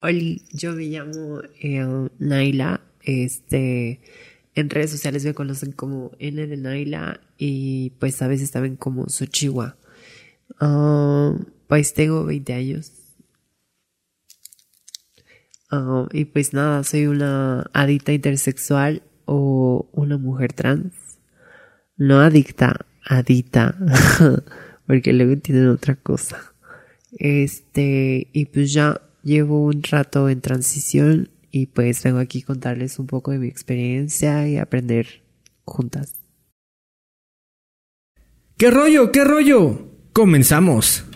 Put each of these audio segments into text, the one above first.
Oli, yo me llamo Naila. En redes sociales me conocen como N de Naila y pues a veces también como Xochihua. Pues tengo 20 años. Y pues nada, soy una adicta intersexual o una mujer trans. No adicta, adicta, porque luego tienen otra cosa. Y pues ya llevo un rato en transición y pues vengo aquí a contarles un poco de mi experiencia y aprender juntas. ¿Qué rollo? ¿Qué rollo? Comenzamos.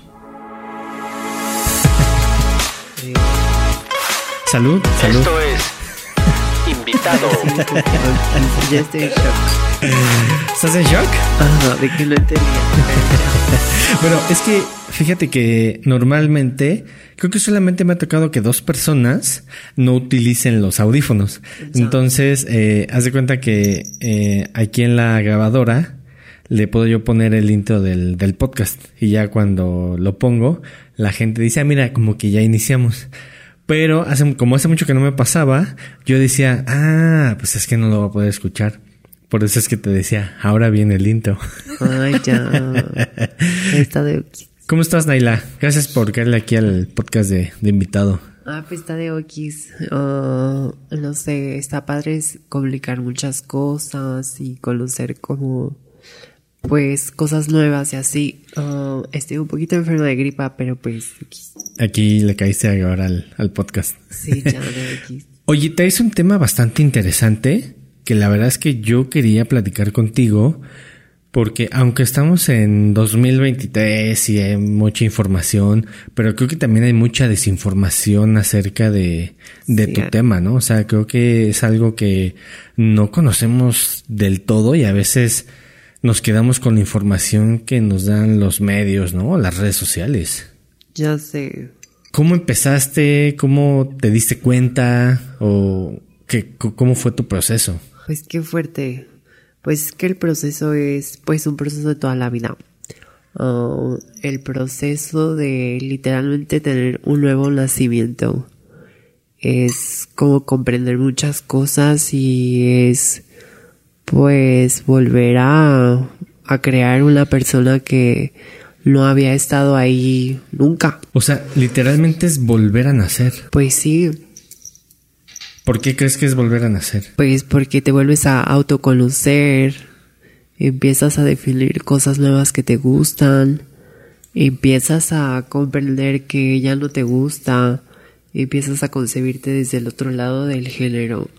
Salud, salud. Esto es Invitado. Sí, ya estoy en shock. ¿Estás en shock? Ajá, de que no entendía. Bueno, es que fíjate que normalmente creo que solamente me ha tocado que 2 personas no utilicen los audífonos. Entonces, haz de cuenta que aquí en la grabadora le puedo yo poner el intro del podcast y ya cuando lo pongo, la gente dice, mira, como que ya iniciamos. Pero como hace mucho que no me pasaba, yo decía, pues es que no lo voy a poder escuchar. Por eso es que te decía, ahora viene el intro. Ay, ya. Está de okis. ¿Cómo estás, Naila? Gracias por caerle aquí al podcast de invitado. Pues está de okis. No sé, está padre es comunicar muchas cosas y conocer como, pues, cosas nuevas y así. Estoy un poquito enferma de gripa, pero pues, okis. Aquí le caíste ahora al podcast. Sí, ya de okis. Oye, traes un tema bastante interesante que la verdad es que yo quería platicar contigo porque aunque estamos en 2023 y hay mucha información, pero creo que también hay mucha desinformación acerca de tu tema, ¿no? O sea, creo que es algo que no conocemos del todo y a veces nos quedamos con la información que nos dan los medios, ¿no? Las redes sociales. Ya sé. ¿Cómo empezaste? ¿Cómo te diste cuenta? ¿O cómo fue tu proceso? Pues qué fuerte. Pues que el proceso es pues un proceso de toda la vida. El proceso de literalmente tener un nuevo nacimiento. Es como comprender muchas cosas y es pues volver a crear una persona que no había estado ahí nunca. O sea, literalmente es volver a nacer. Pues sí. ¿Por qué crees que es volver a nacer? Pues porque te vuelves a autoconocer, empiezas a definir cosas nuevas que te gustan, empiezas a comprender que ya no te gusta, empiezas a concebirte desde el otro lado del género.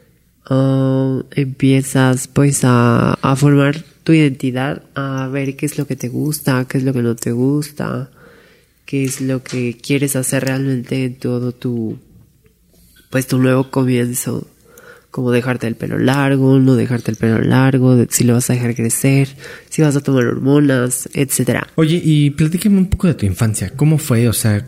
Empiezas pues a formar tu identidad, a ver qué es lo que te gusta, qué es lo que no te gusta, qué es lo que quieres hacer realmente en todo tu nuevo comienzo, como dejarte el pelo largo, no dejarte el pelo largo, si lo vas a dejar crecer, si vas a tomar hormonas, etcétera. Oye, y platícame un poco de tu infancia, ¿cómo fue? O sea,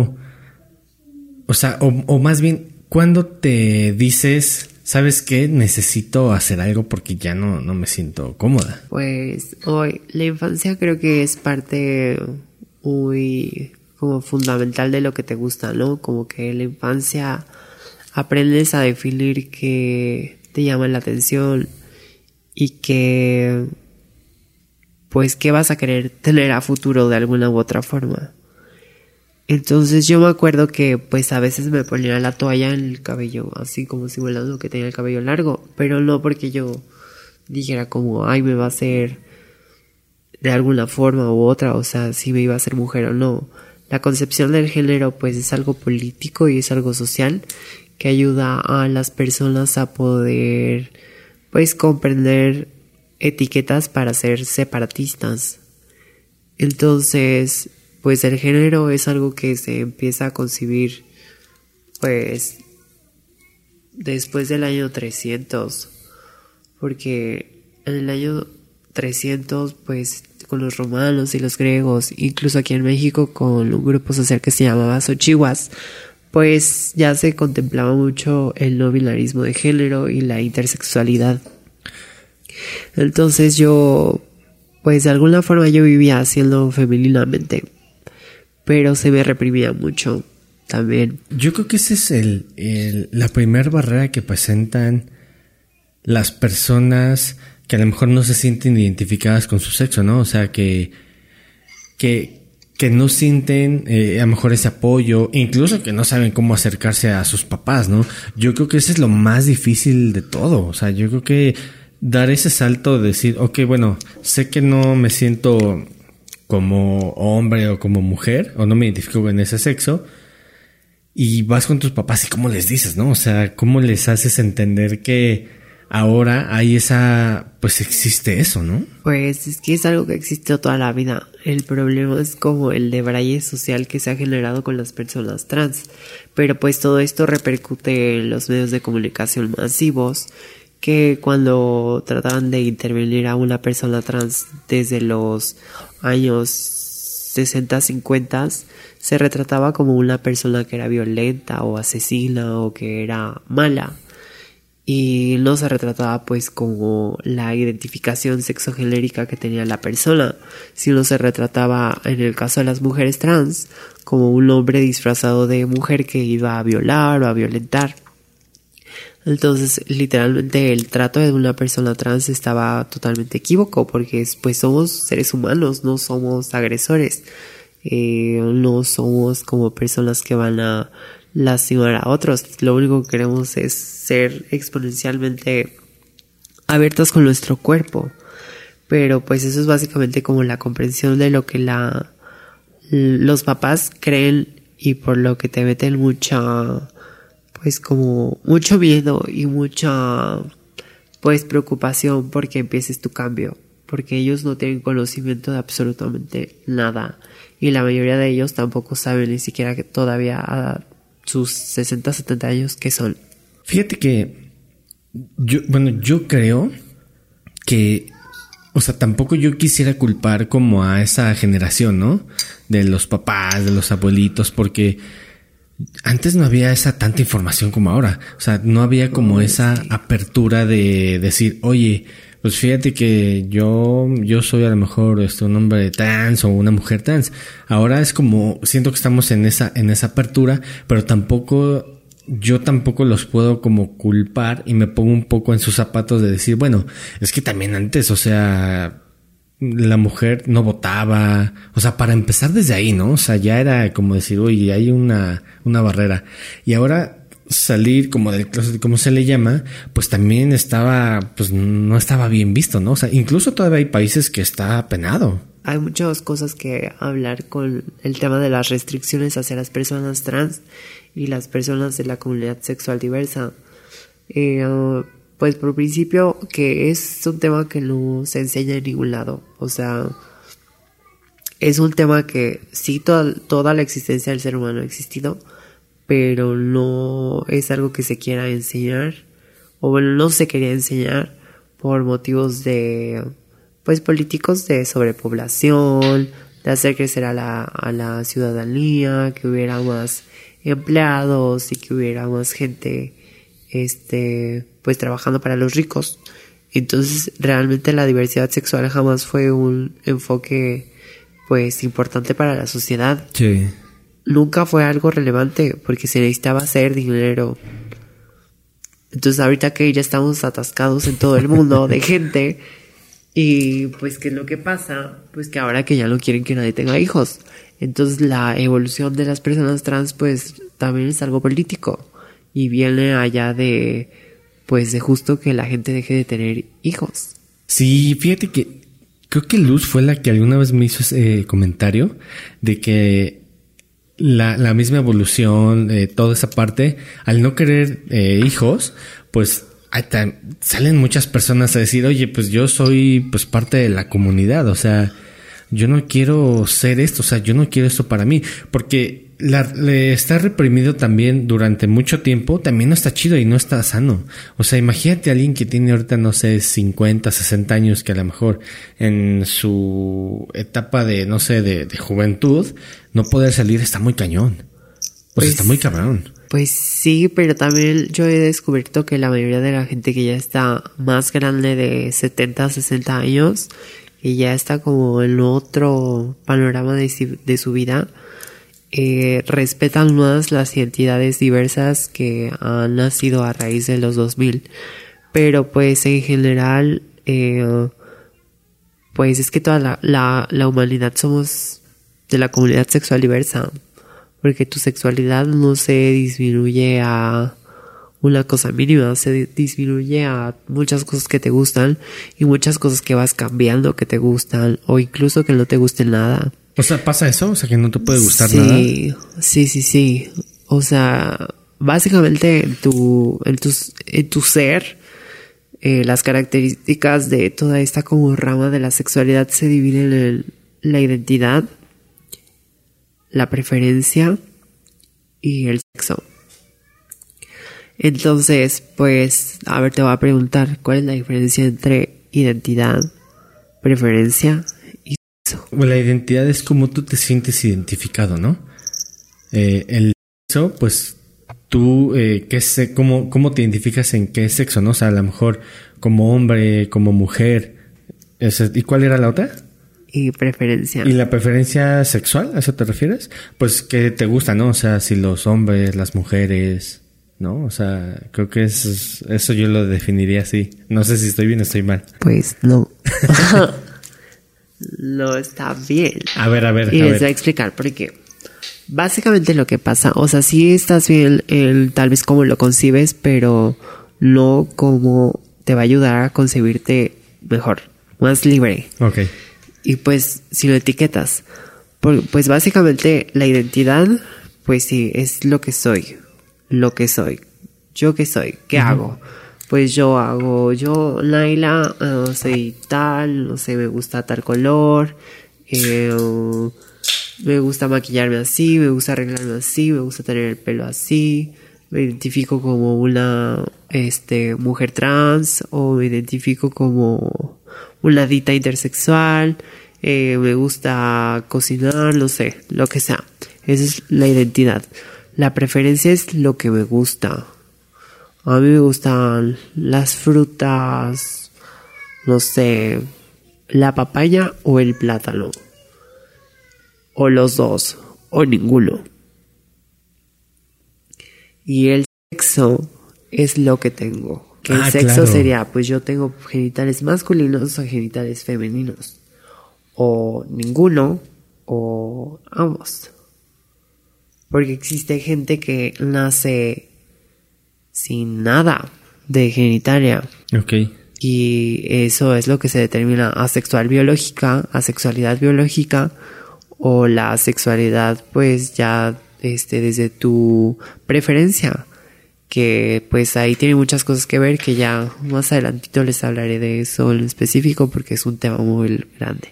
o más bien, ¿cuándo te dices, sabes qué, necesito hacer algo porque ya no me siento cómoda? Pues hoy, la infancia creo que es parte muy como fundamental de lo que te gusta, ¿no? Como que en la infancia aprendes a definir qué te llama la atención y que pues qué vas a querer tener a futuro de alguna u otra forma. Entonces yo me acuerdo que pues a veces me ponía la toalla en el cabello, así como simulando que tenía el cabello largo, pero no porque yo dijera como, me va a hacer de alguna forma u otra, o sea, si me iba a ser mujer o no. La concepción del género pues es algo político y es algo social que ayuda a las personas a poder pues comprender etiquetas para ser separatistas. Entonces pues el género es algo que se empieza a concebir pues después del año 300, porque en el año 300 pues con los romanos y los griegos, incluso aquí en México con un grupo social que se llamaba Xochihuas, pues ya se contemplaba mucho el no binarismo de género y la intersexualidad. Entonces yo, pues de alguna forma yo vivía siendo femeninamente, pero se me reprimía mucho. también. Yo creo que esa es la primera barrera que presentan las personas que a lo mejor no se sienten identificadas con su sexo, ¿no? O sea, que no sienten a lo mejor ese apoyo, incluso que no saben cómo acercarse a sus papás, ¿no? Yo creo que eso es lo más difícil de todo. O sea, yo creo que dar ese salto de decir, ok, bueno, sé que no me siento como hombre o como mujer, o no me identifico en ese sexo, y vas con tus papás y cómo les dices, ¿no? O sea, cómo les haces entender que ahora hay pues existe eso, ¿no? Pues es que es algo que existe toda la vida. El problema es como el debraye social que se ha generado con las personas trans. Pero pues todo esto repercute en los medios de comunicación masivos, que cuando trataban de intervenir a una persona trans desde los años 60, 50, se retrataba como una persona que era violenta o asesina o que era mala. Y no se retrataba pues como la identificación sexogenérica que tenía la persona, sino se retrataba, en el caso de las mujeres trans, como un hombre disfrazado de mujer que iba a violar o a violentar. Entonces, literalmente el trato de una persona trans estaba totalmente equívoco, porque pues somos seres humanos, no somos agresores, no somos como personas que van a lastimar a otros. Lo único que queremos es ser exponencialmente abiertos con nuestro cuerpo. Pero pues eso es básicamente como la comprensión de lo que los papás creen, y por lo que te meten pues como mucho miedo y mucha pues preocupación porque empieces tu cambio, porque ellos no tienen conocimiento de absolutamente nada, y la mayoría de ellos tampoco saben ni siquiera que todavía a sus 60, 70 años que son. Fíjate que yo creo que, o sea, tampoco yo quisiera culpar como a esa generación, ¿no? De los papás, de los abuelitos, porque antes no había esa tanta información como ahora. O sea, no había como esa apertura de decir, oye, pues fíjate que yo soy a lo mejor un hombre trans o una mujer trans. Ahora es como, siento que estamos en esa apertura, pero yo tampoco los puedo como culpar, y me pongo un poco en sus zapatos de decir, bueno, es que también antes, o sea, la mujer no votaba, o sea, para empezar desde ahí, ¿no? O sea, ya era como decir, oye, hay una barrera. Y ahora salir como del closet, como se le llama, pues también pues no estaba bien visto, ¿no? O sea, incluso todavía hay países que está penado. Hay muchas cosas que hablar con el tema de las restricciones hacia las personas trans y las personas de la comunidad sexual diversa. Pues por principio que es un tema que no se enseña en ningún lado. O sea, es un tema que sí, toda la existencia del ser humano ha existido, pero no es algo que se quiera enseñar, o bueno, no se quería enseñar por motivos pues políticos, de sobrepoblación, de hacer crecer a la ciudadanía, que hubiera más empleados y que hubiera más gente pues trabajando para los ricos. Entonces realmente la diversidad sexual jamás fue un enfoque pues importante para la sociedad. Sí. Nunca fue algo relevante porque se necesitaba hacer dinero. Entonces ahorita que ya estamos atascados en todo el mundo de gente, y pues ¿qué es lo que pasa? Pues que ahora que ya no quieren que nadie tenga hijos, entonces la evolución de las personas trans pues también es algo político, y viene allá de pues de justo que la gente deje de tener hijos. Sí, fíjate que creo que Luz fue la que alguna vez me hizo ese comentario de que la misma evolución, toda esa parte, al no querer hijos, pues salen muchas personas a decir, oye, pues yo soy pues parte de la comunidad, o sea, yo no quiero ser esto, o sea, yo no quiero esto para mí, porque está reprimido también durante mucho tiempo, también no está chido y no está sano. O sea, imagínate a alguien que tiene ahorita, no sé, 50, 60 años, que a lo mejor en su etapa de, no sé, de juventud, no poder salir está muy cañón. Pues está muy cabrón. Pues sí, pero también yo he descubierto que la mayoría de la gente que ya está más grande de 70, 60 años, y ya está como en otro panorama de su vida, respetan más las identidades diversas que han nacido a raíz de los 2000. Pero pues en general, pues es que toda la humanidad somos de la comunidad sexual diversa. Porque tu sexualidad no se disminuye a una cosa mínima, se disminuye a muchas cosas que te gustan y muchas cosas que vas cambiando que te gustan o incluso que no te guste nada. O sea, ¿pasa eso? O sea, que no te puede gustar Sí, nada. Sí. O sea, básicamente en tu ser, las características de toda esta como rama de la sexualidad se dividen en la identidad, la preferencia y el sexo. Entonces, pues, a ver, te voy a preguntar, ¿cuál es la diferencia entre identidad, preferencia y sexo? Bueno, la identidad es como tú te sientes identificado, ¿no? El sexo, pues tú, ¿cómo te identificas en qué sexo, no? O sea, a lo mejor como hombre, como mujer. ¿Y cuál era la otra? Y preferencia. ¿Y la preferencia sexual? ¿A eso te refieres? Pues que te gusta, ¿no? O sea, si los hombres, las mujeres, ¿no? O sea, creo que eso yo lo definiría así. No sé si estoy bien o estoy mal. Pues no. No está bien. A ver. Y les voy a explicar por qué. Básicamente lo que pasa, o sea, sí estás bien tal vez como lo concibes, pero no como te va a ayudar a concebirte mejor, más libre. Ok. Y pues si lo etiquetas, pues básicamente la identidad, pues sí, es lo que soy. ¿Yo qué soy? ¿Qué hago? Pues yo, Naila, soy tal, no sé, me gusta tal color, me gusta maquillarme así, me gusta arreglarme así, me gusta tener el pelo así, me identifico como una mujer trans o me identifico como una dita intersexual, me gusta cocinar, no sé, lo que sea. Esa es la identidad. La preferencia es lo que me gusta. A mí me gustan las frutas, no sé, la papaya o el plátano. O los dos, o ninguno. Y el sexo es lo que tengo. Que el sexo claro. sería, pues yo tengo genitales masculinos o genitales femeninos. O ninguno, o ambos. Porque existe gente que nace sin nada de genitalia. Ok. Y eso es lo que se determina asexualidad biológica, o la sexualidad pues ya desde tu preferencia, que pues ahí tiene muchas cosas que ver, que ya más adelantito les hablaré de eso en específico porque es un tema muy grande.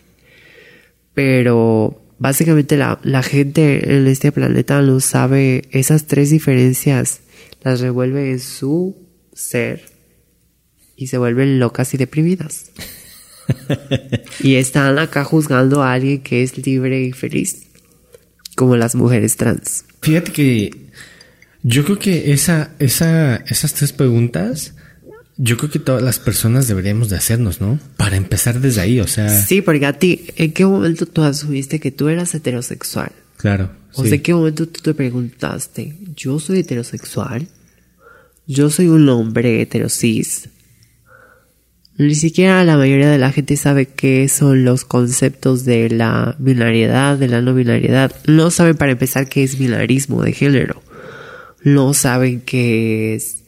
Pero básicamente la gente en este planeta no sabe esas tres diferencias, las revuelve en su ser y se vuelven locas y deprimidas. Y están acá juzgando a alguien que es libre y feliz, como las mujeres trans. Fíjate que yo creo que esas tres preguntas, yo creo que todas las personas deberíamos de hacernos, ¿no? Para empezar desde ahí, o sea... Sí, porque a ti, ¿en qué momento tú asumiste que tú eras heterosexual? Claro. O sea, ¿en qué momento tú te preguntaste, ¿yo soy heterosexual? ¿Yo soy un hombre heterosis? Ni siquiera la mayoría de la gente sabe qué son los conceptos de la binariedad, de la no binariedad. No saben para empezar qué es binarismo de género. No saben qué es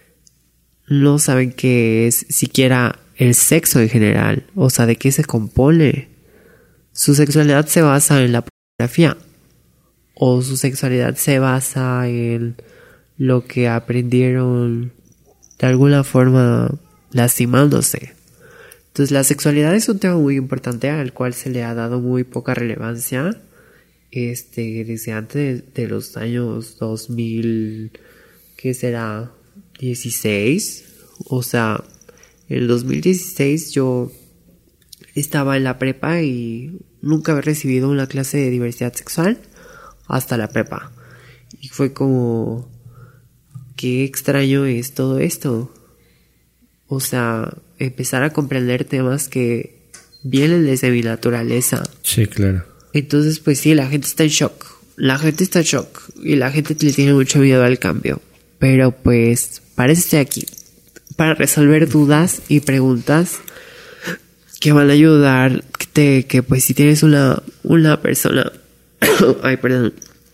siquiera el sexo en general. O sea, de qué se compone. Su sexualidad se basa en la pornografía. O su sexualidad se basa en lo que aprendieron de alguna forma lastimándose. Entonces la sexualidad es un tema muy importante al cual se le ha dado muy poca relevancia desde antes de los años 2000, ¿qué será? 16. O sea, en el 2016 yo estaba en la prepa y nunca había recibido una clase de diversidad sexual hasta la prepa. Y fue como, qué extraño es todo esto. O sea, empezar a comprender temas que vienen desde mi naturaleza. Sí, claro. Entonces, pues sí, la gente está en shock. la gente está en shock y la gente le tiene mucho miedo al cambio. Pero pues, para eso estoy aquí. Para resolver dudas y preguntas que van a ayudar. Que pues si tienes una persona... ay, perdón.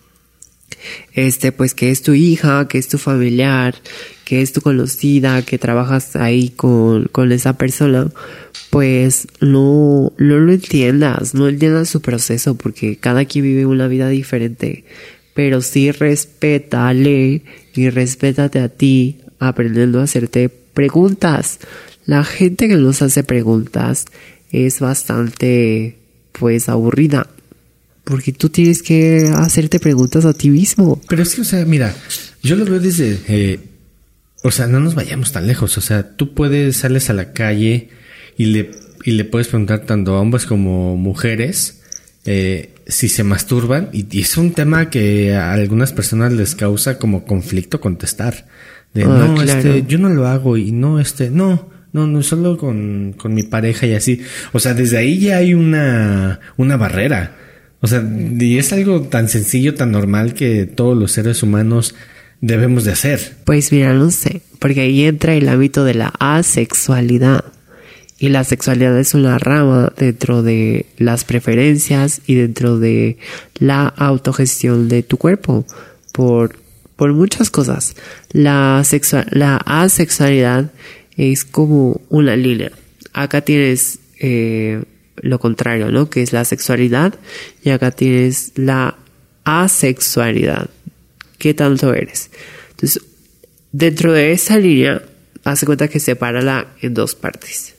Pues que es tu hija, que es tu familiar, que es tu conocida, que trabajas ahí con esa persona, pues no lo entiendas, no entiendas su proceso, porque cada quien vive una vida diferente, pero sí respétale y respétate a ti, aprendiendo a hacerte preguntas. La gente que nos hace preguntas es bastante, pues, aburrida. Porque tú tienes que hacerte preguntas a ti mismo. Pero es que, o sea, mira, yo lo veo desde... o sea, no nos vayamos tan lejos. O sea, tú sales a la calle y le puedes preguntar tanto a hombres como mujeres si se masturban. Y es un tema que a algunas personas les causa como conflicto contestar. No, claro. Yo no lo hago y no, no, solo con mi pareja y así. O sea, desde ahí ya hay una barrera. O sea, y es algo tan sencillo, tan normal que todos los seres humanos debemos de hacer. Pues mira, no sé, porque ahí entra el ámbito de la asexualidad. Y la sexualidad es una rama dentro de las preferencias y dentro de la autogestión de tu cuerpo. Por muchas cosas. La asexualidad es como una línea. Acá tienes... lo contrario, ¿no? Que es la sexualidad, y acá tienes la asexualidad. ¿Qué tanto eres? Entonces, dentro de esa línea, hace cuenta que sepárala en dos partes.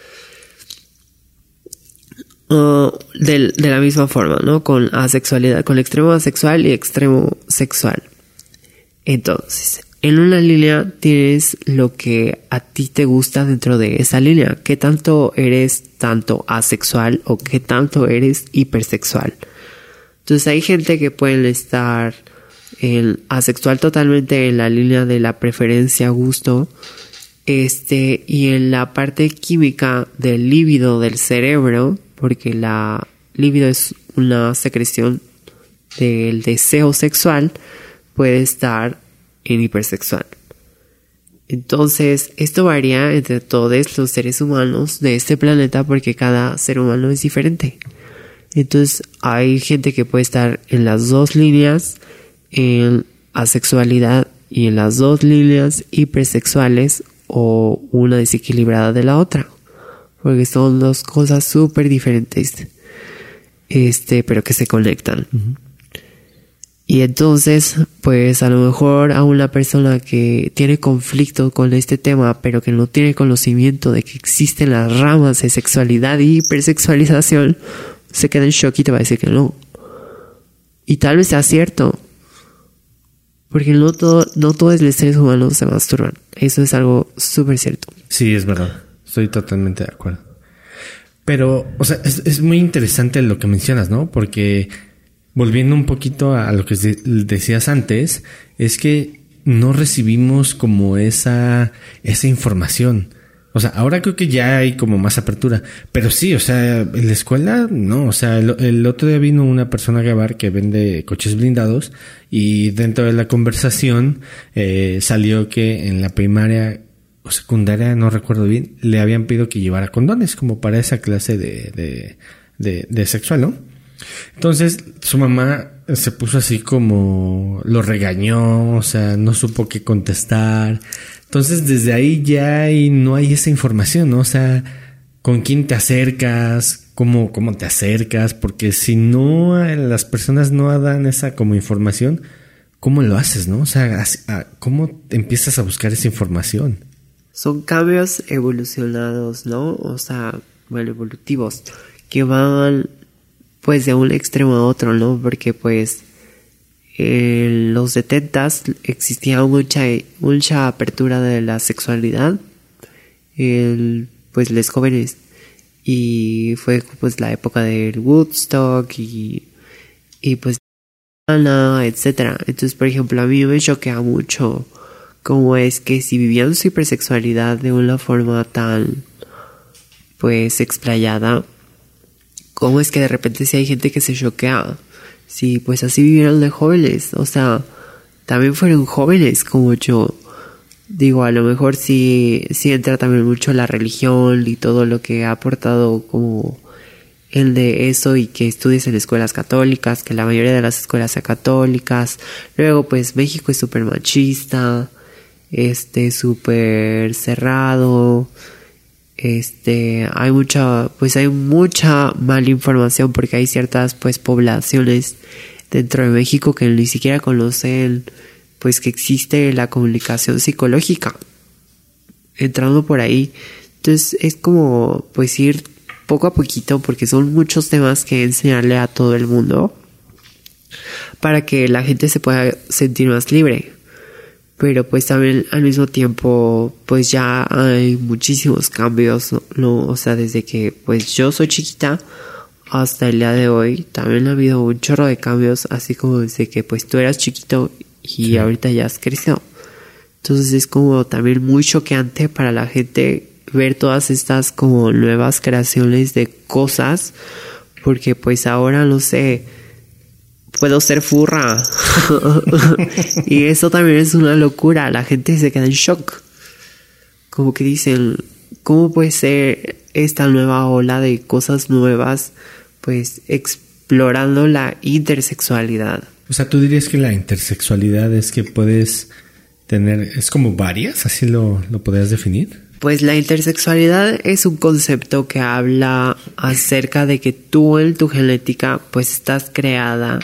De la misma forma, ¿no? Con asexualidad, con extremo asexual y extremo sexual. Entonces, en una línea tienes lo que a ti te gusta dentro de esa línea. ¿Qué tanto eres tanto asexual o qué tanto eres hipersexual? Entonces hay gente que puede estar asexual totalmente en la línea de la preferencia gusto, y en la parte química del líbido del cerebro, porque la líbido es una secreción del deseo sexual, puede estar en hipersexual. Entonces, esto varía entre todos los seres humanos de este planeta porque cada ser humano es diferente. Entonces, hay gente que puede estar en las dos líneas, en asexualidad, y en las dos líneas hipersexuales, o una desequilibrada de la otra, porque son dos cosas súper diferentes, pero que se conectan. Uh-huh. Y entonces, pues a lo mejor a una persona que tiene conflicto con este tema, pero que no tiene conocimiento de que existen las ramas de sexualidad y hipersexualización, se queda en shock y te va a decir que no. Y tal vez sea cierto, porque no todos los seres humanos se masturban. Eso es algo súper cierto. Sí, es verdad. Estoy totalmente de acuerdo. Pero, o sea, es muy interesante lo que mencionas, ¿no? Porque... volviendo un poquito a lo que decías antes, es que no recibimos como esa información. O sea, ahora creo que ya hay como más apertura. Pero sí, o sea, en la escuela, no. O sea, el otro día vino una persona a grabar que vende coches blindados y dentro de la conversación salió que en la primaria o secundaria, no recuerdo bien, le habían pedido que llevara condones como para esa clase de sexual, ¿no? Entonces su mamá se puso así como lo regañó, o sea, no supo qué contestar. Entonces desde ahí ya no hay esa información, ¿no? O sea, ¿con quién te acercas? ¿Cómo te acercas? Porque si no, las personas no dan esa como información, ¿cómo lo haces, no? O sea, ¿cómo empiezas a buscar esa información? Son cambios evolucionados, ¿no? O sea, bueno, evolutivos, que van... pues de un extremo a otro, ¿no? Porque pues en los 70s existía mucha apertura de la sexualidad, pues los jóvenes, y fue pues la época del Woodstock y pues etcétera. Entonces, por ejemplo, a mí me choquea mucho cómo es que si vivían su hipersexualidad de una forma tan pues explayada, cómo es que de repente si hay gente que se choquea si pues así vivieron de jóvenes, o sea, también fueron jóvenes como yo. Digo, a lo mejor sí entra también mucho la religión y todo lo que ha aportado como el de eso, y que estudies en escuelas católicas, que la mayoría de las escuelas sean católicas. Luego pues México es súper machista, súper cerrado, hay mucha mala información, porque hay ciertas pues poblaciones dentro de México que ni siquiera conocen pues que existe la comunicación psicológica, entrando por ahí. Entonces es como pues ir poco a poquito, porque son muchos temas que enseñarle a todo el mundo para que la gente se pueda sentir más libre. Pero pues también al mismo tiempo pues ya hay muchísimos cambios, ¿no? O sea, desde que pues yo soy chiquita hasta el día de hoy también ha habido un chorro de cambios, así como desde que pues tú eras chiquito y sí, ahorita ya has crecido. Entonces es como también muy choqueante para la gente ver todas estas como nuevas creaciones de cosas, porque pues ahora no sé, puedo ser furra. Y eso también es una locura. La gente se queda en shock, como que dicen, ¿cómo puede ser esta nueva ola de cosas nuevas, pues explorando la intersexualidad? O sea, ¿tú dirías que la intersexualidad es que puedes tener, es como varias? ¿Así lo podrías definir? Pues la intersexualidad es un concepto que habla acerca de que tú en tu genética pues estás creada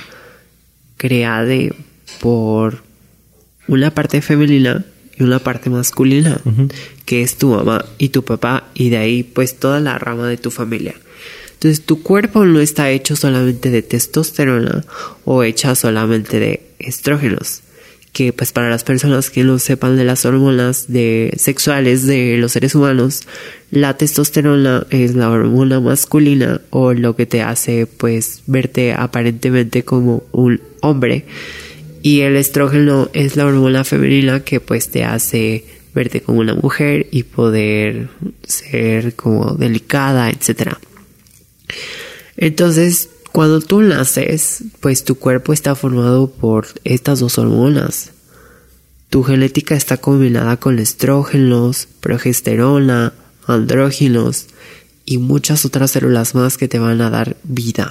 por una parte femenina y una parte masculina, que es tu mamá y tu papá, y de ahí pues toda la rama de tu familia. Entonces tu cuerpo no está hecho solamente de testosterona o hecha solamente de estrógenos, que pues para las personas que no sepan de las hormonas sexuales de los seres humanos, la testosterona es la hormona masculina, o lo que te hace pues verte aparentemente como un hombre, y el estrógeno es la hormona femenina, que pues te hace verte como una mujer y poder ser como delicada, etcétera. Entonces, cuando tú naces, pues tu cuerpo está formado por estas dos hormonas. Tu genética está combinada con estrógenos, progesterona, andrógenos y muchas otras células más que te van a dar vida.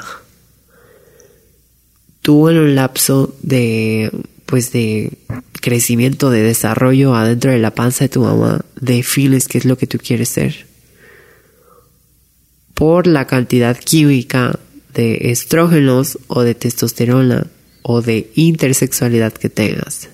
Tú en un lapso de crecimiento, de desarrollo adentro de la panza de tu mamá, defines qué es lo que tú quieres ser por la cantidad química de estrógenos o de testosterona o de intersexualidad que tengas.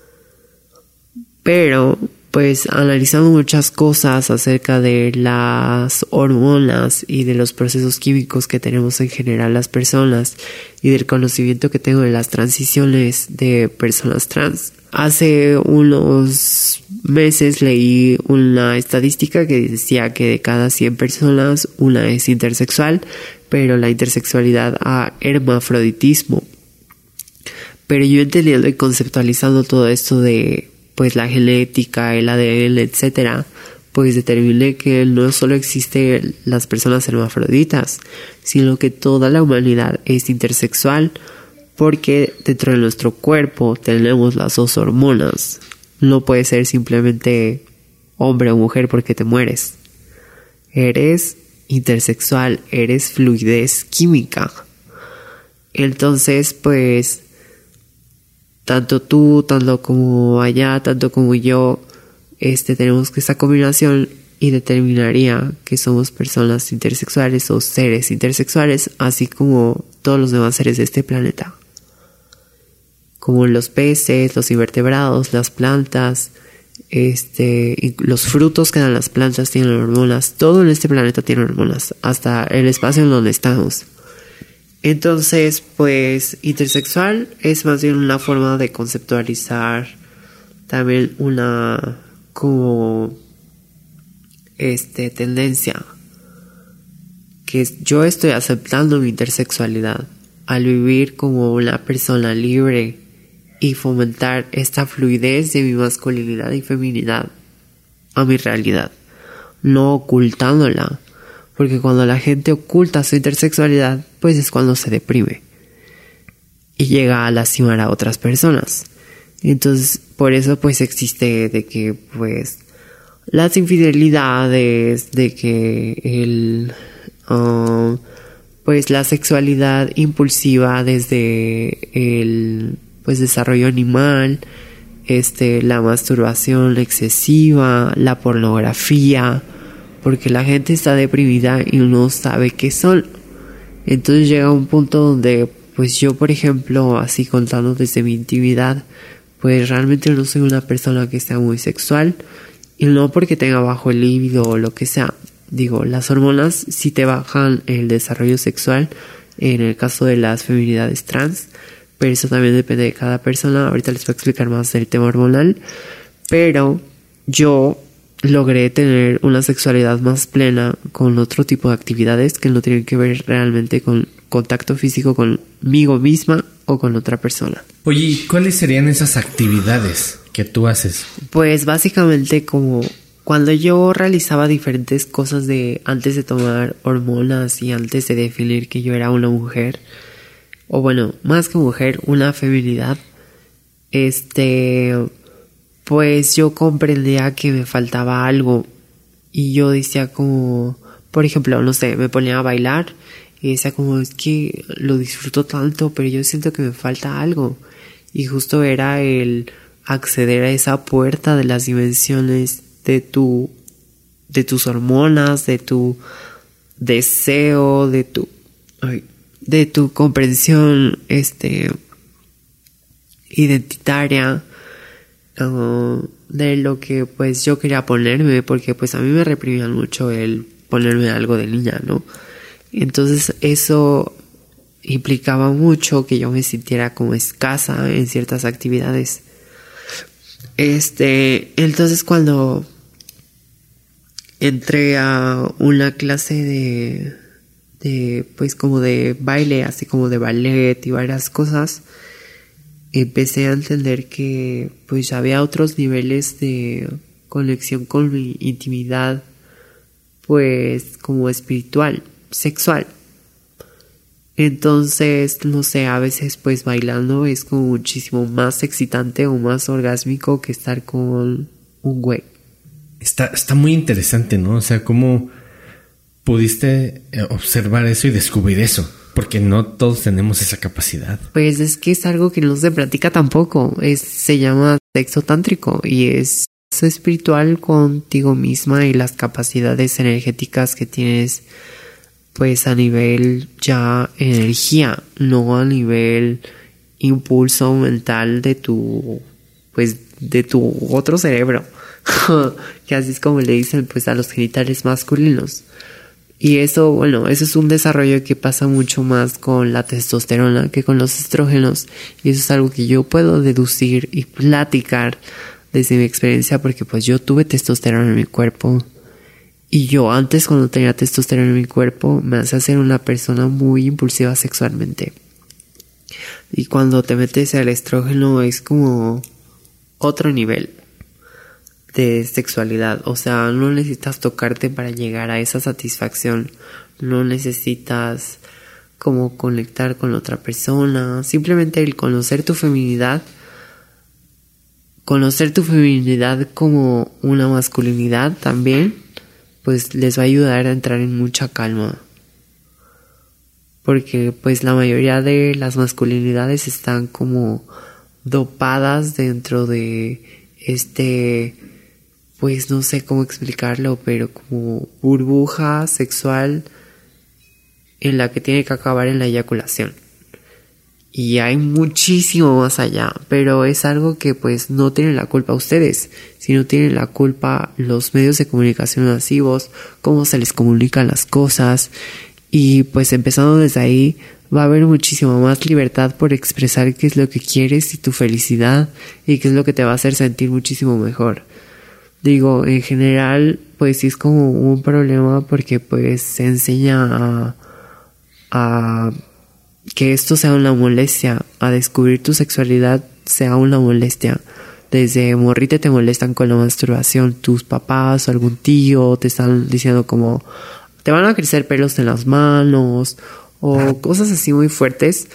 Pero pues analizando muchas cosas acerca de las hormonas y de los procesos químicos que tenemos en general las personas, y del conocimiento que tengo de las transiciones de personas trans, hace unos meses leí una estadística que decía que de cada 100 personas una es intersexual, pero la intersexualidad a hermafroditismo. Pero yo entendiendo y conceptualizando todo esto de pues la genética, el ADN, etcétera, pues determiné que no solo existen las personas hermafroditas, sino que toda la humanidad es intersexual, porque dentro de nuestro cuerpo tenemos las dos hormonas. No puede ser simplemente hombre o mujer porque te mueres. Eres intersexual, eres fluidez química. Entonces, pues, tanto tú, tanto como allá, tanto como yo, tenemos que esta combinación y determinaría que somos personas intersexuales o seres intersexuales, así como todos los demás seres de este planeta. Como los peces, los invertebrados, las plantas, los frutos que dan las plantas tienen hormonas. Todo en este planeta tiene hormonas, hasta el espacio en donde estamos. Entonces, pues, intersexual es más bien una forma de conceptualizar también una como tendencia, que yo estoy aceptando mi intersexualidad al vivir como una persona libre y fomentar esta fluidez de mi masculinidad y feminidad a mi realidad, no ocultándola, porque cuando la gente oculta su intersexualidad, pues es cuando se deprime. y llega a lastimar a otras personas. Entonces, por eso pues existe de que pues las infidelidades, de que pues la sexualidad impulsiva desde el pues desarrollo animal, la masturbación excesiva, la pornografía, porque la gente está deprimida y no sabe qué son. Entonces llega un punto donde pues yo, por ejemplo, así contando desde mi intimidad, pues realmente no soy una persona que sea muy sexual, y no porque tenga bajo el líbido o lo que sea. Digo, las hormonas sí te bajan el desarrollo sexual en el caso de las feminidades trans, pero eso también depende de cada persona. Ahorita les voy a explicar más del tema hormonal, pero yo logré tener una sexualidad más plena con otro tipo de actividades que no tienen que ver realmente con contacto físico conmigo misma o con otra persona. Oye, ¿y cuáles serían esas actividades que tú haces? Pues básicamente como cuando yo realizaba diferentes cosas de antes de tomar hormonas y antes de definir que yo era una mujer, o bueno, más que mujer, una feminidad, pues yo comprendía que me faltaba algo y yo decía como, por ejemplo, no sé, me ponía a bailar y decía como, es que lo disfruto tanto, pero yo siento que me falta algo. Y justo era el acceder a esa puerta de las dimensiones de tus hormonas, de tu deseo, de tu comprensión identitaria, de lo que pues yo quería ponerme, porque pues a mí me reprimían mucho el ponerme algo de niña, ¿no? Entonces eso implicaba mucho que yo me sintiera como escasa en ciertas actividades. Entonces cuando entré a una clase de pues como de baile, así como de ballet y varias cosas, empecé a entender que pues había otros niveles de conexión con mi intimidad, pues como espiritual, sexual. Entonces, no sé, a veces pues bailando es como muchísimo más excitante o más orgásmico que estar con un güey. Está muy interesante, ¿no? O sea, ¿cómo pudiste observar eso y descubrir eso? Porque no todos tenemos esa capacidad. Pues es que es algo que no se practica tampoco. Se llama sexo tántrico y es espiritual contigo misma y las capacidades energéticas que tienes pues a nivel ya energía, no a nivel impulso mental de tu otro cerebro. Que así es como le dicen pues a los genitales masculinos. Y eso, bueno, eso es un desarrollo que pasa mucho más con la testosterona que con los estrógenos. Y eso es algo que yo puedo deducir y platicar desde mi experiencia, porque pues yo tuve testosterona en mi cuerpo. Y yo antes, cuando tenía testosterona en mi cuerpo, me hacía ser una persona muy impulsiva sexualmente. Y cuando te metes al estrógeno es como otro nivel de sexualidad. O sea, no necesitas tocarte para llegar a esa satisfacción. No necesitas como conectar con otra persona. Simplemente el conocer tu feminidad como una masculinidad también, pues les va a ayudar a entrar en mucha calma. Porque pues la mayoría de las masculinidades están como dopadas dentro de pues no sé cómo explicarlo, pero como burbuja sexual en la que tiene que acabar en la eyaculación. Y hay muchísimo más allá, pero es algo que pues no tienen la culpa ustedes, sino tienen la culpa los medios de comunicación masivos, cómo se les comunican las cosas. Y pues empezando desde ahí va a haber muchísima más libertad por expresar qué es lo que quieres y tu felicidad, y qué es lo que te va a hacer sentir muchísimo mejor. Digo, en general, pues sí es como un problema porque pues se enseña a que esto sea una molestia, a descubrir tu sexualidad sea una molestia. Desde morrita te molestan con la masturbación, tus papás o algún tío te están diciendo como te van a crecer pelos en las manos o cosas así muy fuertes.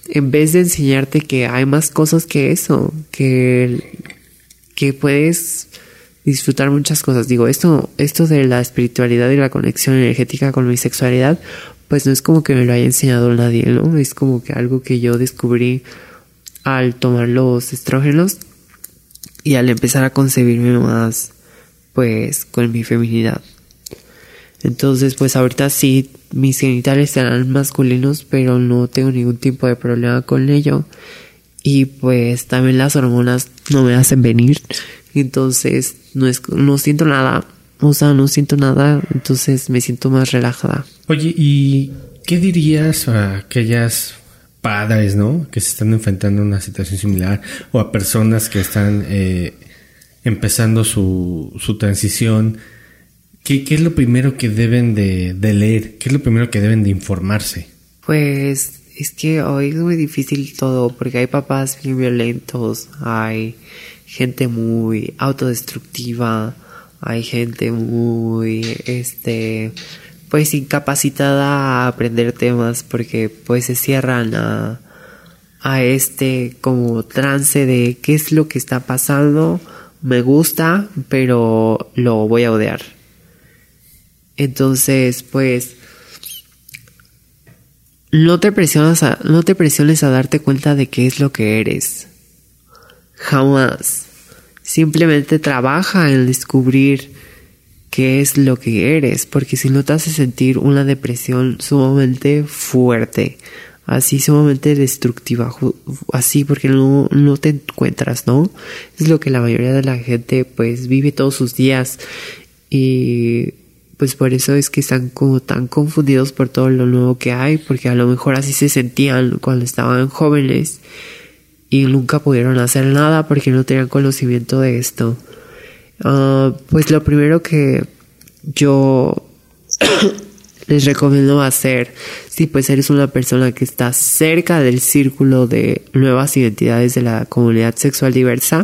en vez de enseñarte que hay más cosas que eso, que puedes disfrutar muchas cosas. Digo, esto de la espiritualidad y la conexión energética con mi sexualidad, pues no es como que me lo haya enseñado nadie, ¿no? Es como que algo que yo descubrí al tomar los estrógenos y al empezar a concebirme más, pues, con mi feminidad. Entonces, pues ahorita sí, mis genitales serán masculinos, pero no tengo ningún tipo de problema con ello. Y pues también las hormonas no me hacen venir. Entonces, no siento nada. O sea, no siento nada. Entonces me siento más relajada. Oye, ¿y qué dirías a aquellas padres, ¿no? Que se están enfrentando a una situación similar, o a personas que están empezando su transición? ¿Qué es lo primero que deben de leer? ¿Qué es lo primero que deben de informarse? Pues es que hoy es muy difícil todo, porque hay papás muy violentos, hay gente muy autodestructiva, hay gente muy, pues incapacitada a aprender temas, porque pues se cierran a como trance de qué es lo que está pasando, me gusta, pero lo voy a odiar. Entonces, pues, no te presiones a darte cuenta de qué es lo que eres. Jamás. Simplemente trabaja en descubrir qué es lo que eres, porque si no te hace sentir una depresión sumamente fuerte, así sumamente destructiva, así porque no te encuentras, ¿no? Es lo que la mayoría de la gente pues vive todos sus días, y pues por eso es que están como tan confundidos por todo lo nuevo que hay, porque a lo mejor así se sentían cuando estaban jóvenes y nunca pudieron hacer nada porque no tenían conocimiento de esto. Pues lo primero que yo les recomiendo hacer, si pues eres una persona que está cerca del círculo de nuevas identidades de la comunidad sexual diversa,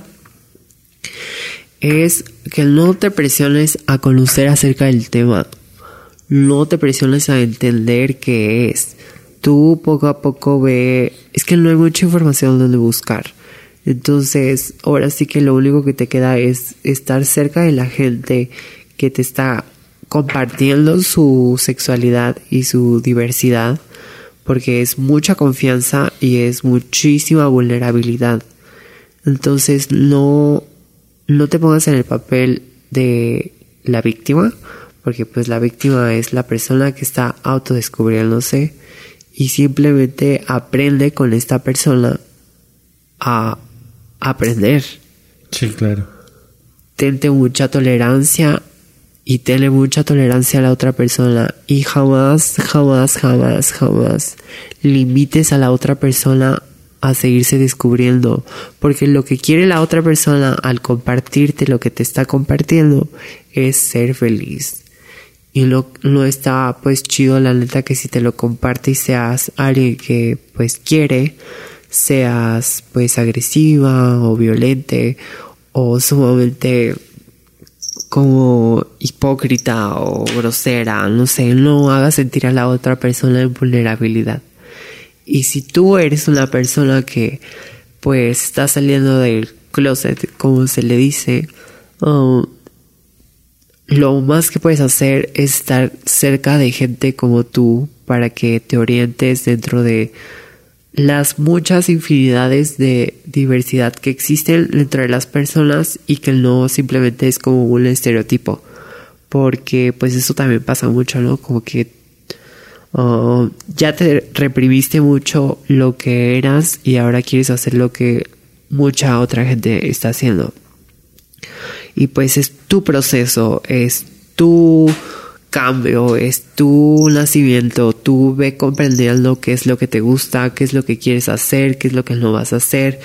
es que no te presiones a conocer acerca del tema. No te presiones a entender qué es. Tú poco a poco ve. Es que no hay mucha información donde buscar. Entonces, ahora sí que lo único que te queda es estar cerca de la gente que te está compartiendo su sexualidad y su diversidad, porque es mucha confianza y es muchísima vulnerabilidad. Entonces, no te pongas en el papel de la víctima, porque pues la víctima es la persona que está autodescubriéndose, y simplemente aprende con esta persona a aprender. Sí, claro. Tente mucha tolerancia y tenle mucha tolerancia a la otra persona, y jamás limites a la otra persona a seguirse descubriendo, porque lo que quiere la otra persona al compartirte lo que te está compartiendo es ser feliz. Y no está pues chido, la neta, que si te lo comparte y seas alguien que pues quiere, seas pues agresiva o violente o sumamente como hipócrita o grosera, no sé, no hagas sentir a la otra persona en vulnerabilidad. Y si tú eres una persona que pues está saliendo del closet, como se le dice, lo más que puedes hacer es estar cerca de gente como tú para que te orientes dentro de las muchas infinidades de diversidad que existen entre las personas, y que no simplemente es como un estereotipo, porque pues eso también pasa mucho, ¿no? Como que ya te reprimiste mucho lo que eras y ahora quieres hacer lo que mucha otra gente está haciendo. Y pues es tu proceso, es tu cambio, es tu nacimiento. Tú ve comprendiendo qué es lo que te gusta, qué es lo que quieres hacer, qué es lo que no vas a hacer.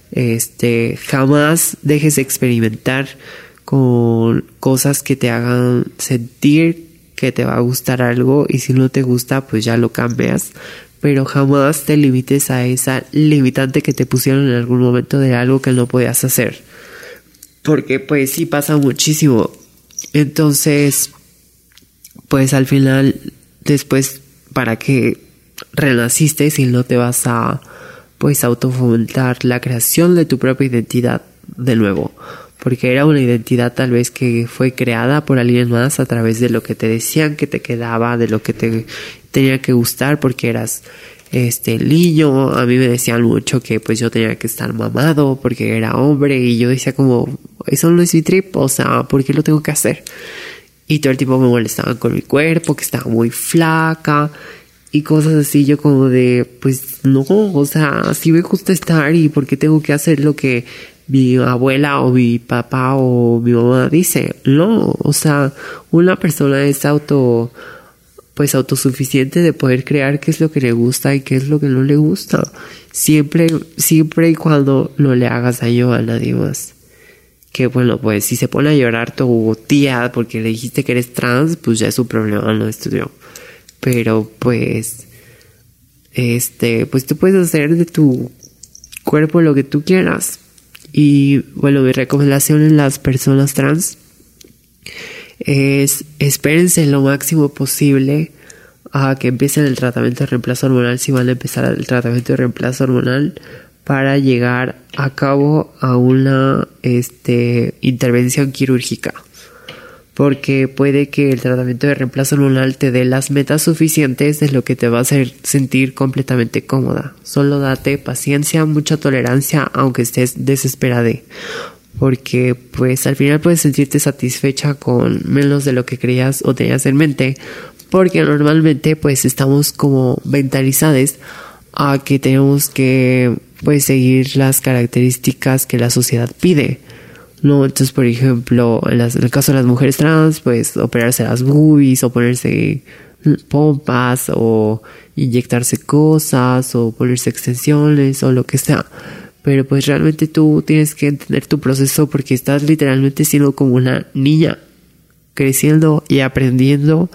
Jamás dejes de experimentar con cosas que te hagan sentir que te va a gustar algo, y si no te gusta pues ya lo cambias, pero jamás te limites a esa limitante que te pusieron en algún momento de algo que no podías hacer, porque pues sí pasa muchísimo. Entonces pues al final, después, ¿para qué renaciste si no te vas a pues autofomentar la creación de tu propia identidad de nuevo, porque era una identidad tal vez que fue creada por alguien más a través de lo que te decían que te quedaba, de lo que te tenía que gustar porque eras niño. A mí me decían mucho que pues yo tenía que estar mamado porque era hombre, y yo decía como, eso no es mi trip, o sea, ¿por qué lo tengo que hacer? Y todo el tiempo me molestaban con mi cuerpo, que estaba muy flaca y cosas así. Yo como de, pues no, o sea, así me gusta estar, y ¿por qué tengo que hacer lo que mi abuela o mi papá o mi mamá dice? No, o sea, una persona es autosuficiente de poder crear qué es lo que le gusta y qué es lo que no le gusta. Siempre y cuando no le hagas daño a nadie más. Que bueno, pues si se pone a llorar tu tía porque le dijiste que eres trans, pues ya es su problema, no es tuyo. Pero pues tú puedes hacer de tu cuerpo lo que tú quieras. Y bueno, mi recomendación en las personas trans es: espérense lo máximo posible a que empiecen el tratamiento de reemplazo hormonal, si van a empezar el tratamiento de reemplazo hormonal, para llegar a cabo a una intervención quirúrgica. Porque puede que el tratamiento de reemplazo hormonal te dé las metas suficientes de lo que te va a hacer sentir completamente cómoda. Solo date paciencia, mucha tolerancia, aunque estés desesperada. Porque pues al final puedes sentirte satisfecha con menos de lo que creías o tenías en mente. Porque normalmente pues estamos como mentalizados a que tenemos que pues seguir las características que la sociedad pide, ¿no? Entonces, por ejemplo, en el caso de las mujeres trans, pues operarse las boobies o ponerse pompas o inyectarse cosas o ponerse extensiones o lo que sea. Pero pues realmente tú tienes que entender tu proceso, porque estás literalmente siendo como una niña creciendo y aprendiendo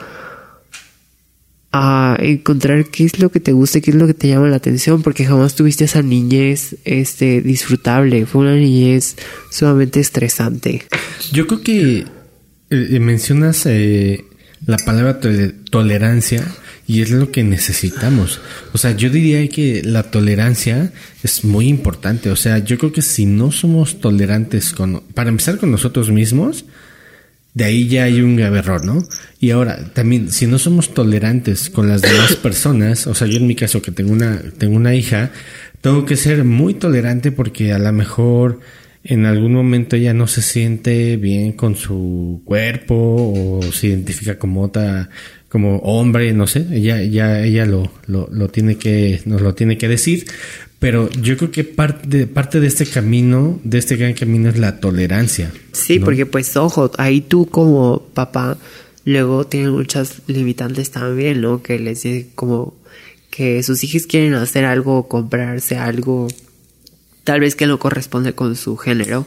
a encontrar qué es lo que te gusta y qué es lo que te llama la atención, porque jamás tuviste esa niñez disfrutable. Fue una niñez sumamente estresante. Yo creo que mencionas la palabra tolerancia, y es lo que necesitamos. O sea, yo diría que la tolerancia es muy importante. O sea, yo creo que si no somos tolerantes para empezar con nosotros mismos, de ahí ya hay un grave error, ¿no? Y ahora, también, si no somos tolerantes con las demás personas, o sea, yo en mi caso que tengo una hija, tengo que ser muy tolerante, porque a lo mejor en algún momento ella no se siente bien con su cuerpo o se identifica como como hombre, no sé, ella lo tiene que, nos lo tiene que decir. Pero yo creo que parte de este camino, de este gran camino, es la tolerancia. Sí, ¿no? Porque pues ojo, ahí tú como papá luego tienes muchas limitantes también, ¿no? Que les dice como que sus hijos quieren hacer algo, comprarse algo, tal vez que no corresponde con su género,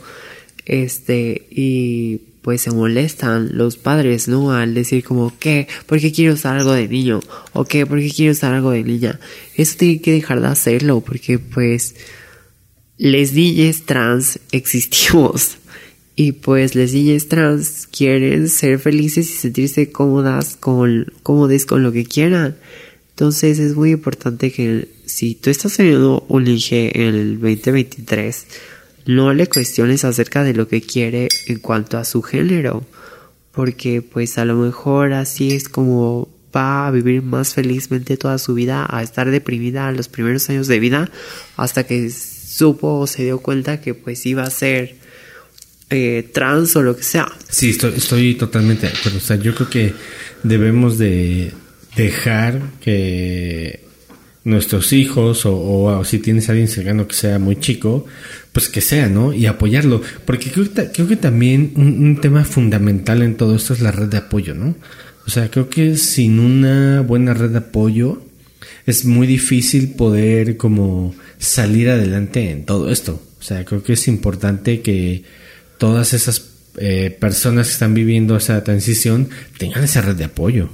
y pues se molestan los padres, ¿no? Al decir como, ¿qué? ¿Por qué quiero usar algo de niño? ¿O qué? ¿Por qué quiero usar algo de niña? Eso tiene que dejar de hacerlo, porque pues les niñas trans existimos. Y pues las niñas trans quieren ser felices y sentirse cómodas con lo que quieran. Entonces es muy importante que si tú estás teniendo un hijo en el 2023, no le cuestiones acerca de lo que quiere en cuanto a su género, porque pues a lo mejor así es como va a vivir más felizmente toda su vida, a estar deprimida los primeros años de vida, hasta que supo o se dio cuenta que pues iba a ser trans o lo que sea. Sí, estoy totalmente de acuerdo. O sea, yo creo que debemos de dejar que nuestros hijos o si tienes a alguien cercano que sea muy chico, pues que sea, ¿no? Y apoyarlo. Porque creo que también un tema fundamental en todo esto es la red de apoyo, ¿no? O sea, creo que sin una buena red de apoyo es muy difícil poder como salir adelante en todo esto. O sea, creo que es importante que todas esas personas que están viviendo esa transición tengan esa red de apoyo.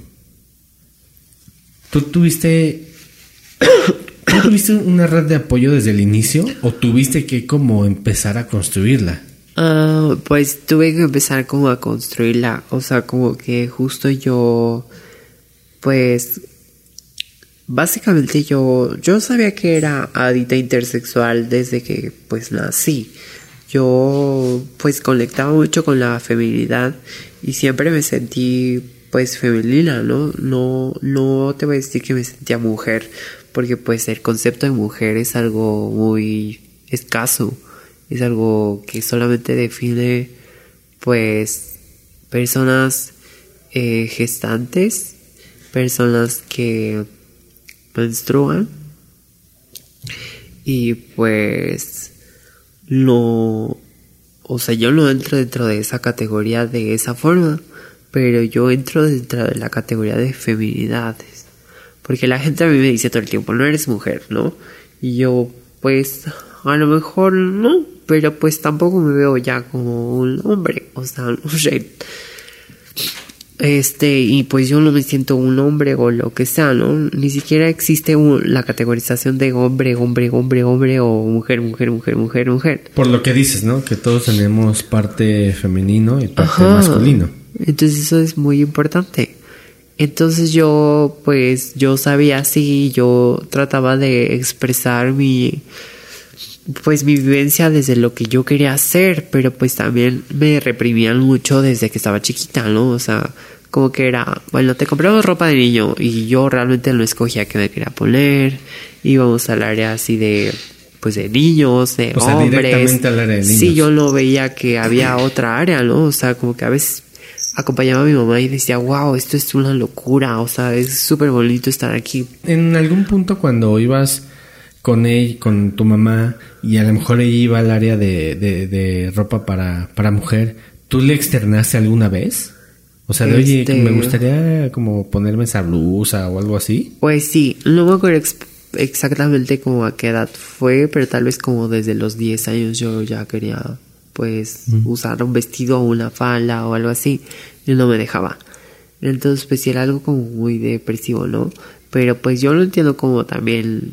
¿Tú tuviste una red de apoyo desde el inicio o tuviste que como empezar a construirla? Pues tuve que empezar como a construirla. O sea, como que justo yo pues básicamente yo sabía que era adicta intersexual desde que pues nací. Yo pues conectaba mucho con la feminidad y siempre me sentí pues femenina, ¿no? No te voy a decir que me sentía mujer, porque pues el concepto de mujer es algo muy escaso, es algo que solamente define pues personas gestantes, personas que menstruan y pues no, o sea, yo no entro dentro de esa categoría de esa forma, pero yo entro dentro de la categoría de feminidades, porque la gente a mí me dice todo el tiempo, no eres mujer, ¿no? Y yo pues a lo mejor no, pero pues tampoco me veo ya como un hombre, o sea, no sé. Y pues yo no me siento un hombre o lo que sea, ¿no? Ni siquiera existe la categorización de hombre o mujer. Por lo que dices, ¿no? Que todos tenemos parte femenino y parte masculino. Entonces eso es muy importante. Entonces yo sabía así, yo trataba de expresar mi vivencia desde lo que yo quería hacer, pero pues también me reprimían mucho desde que estaba chiquita, ¿no? O sea, como que era, bueno, te compramos ropa de niño y yo realmente no escogía qué me quería poner. Íbamos al área así de niños, de o sea, hombres. Directamente al área de niños. Sí, yo no veía que había otra área, ¿no? O sea, como que a veces acompañaba a mi mamá y decía, wow, esto es una locura, o sea, es súper bonito estar aquí. En algún punto cuando ibas con ella, con tu mamá, y a lo mejor ella iba al área de ropa para mujer, ¿tú le externaste alguna vez? O sea, de oye, me gustaría como ponerme esa blusa o algo así. Pues sí, no me acuerdo exactamente como a qué edad fue, pero tal vez como desde los 10 años yo ya quería pues usar un vestido o una falda o algo así, y no me dejaba. Entonces pues sí era algo como muy depresivo, ¿no? Pero pues yo lo entiendo como también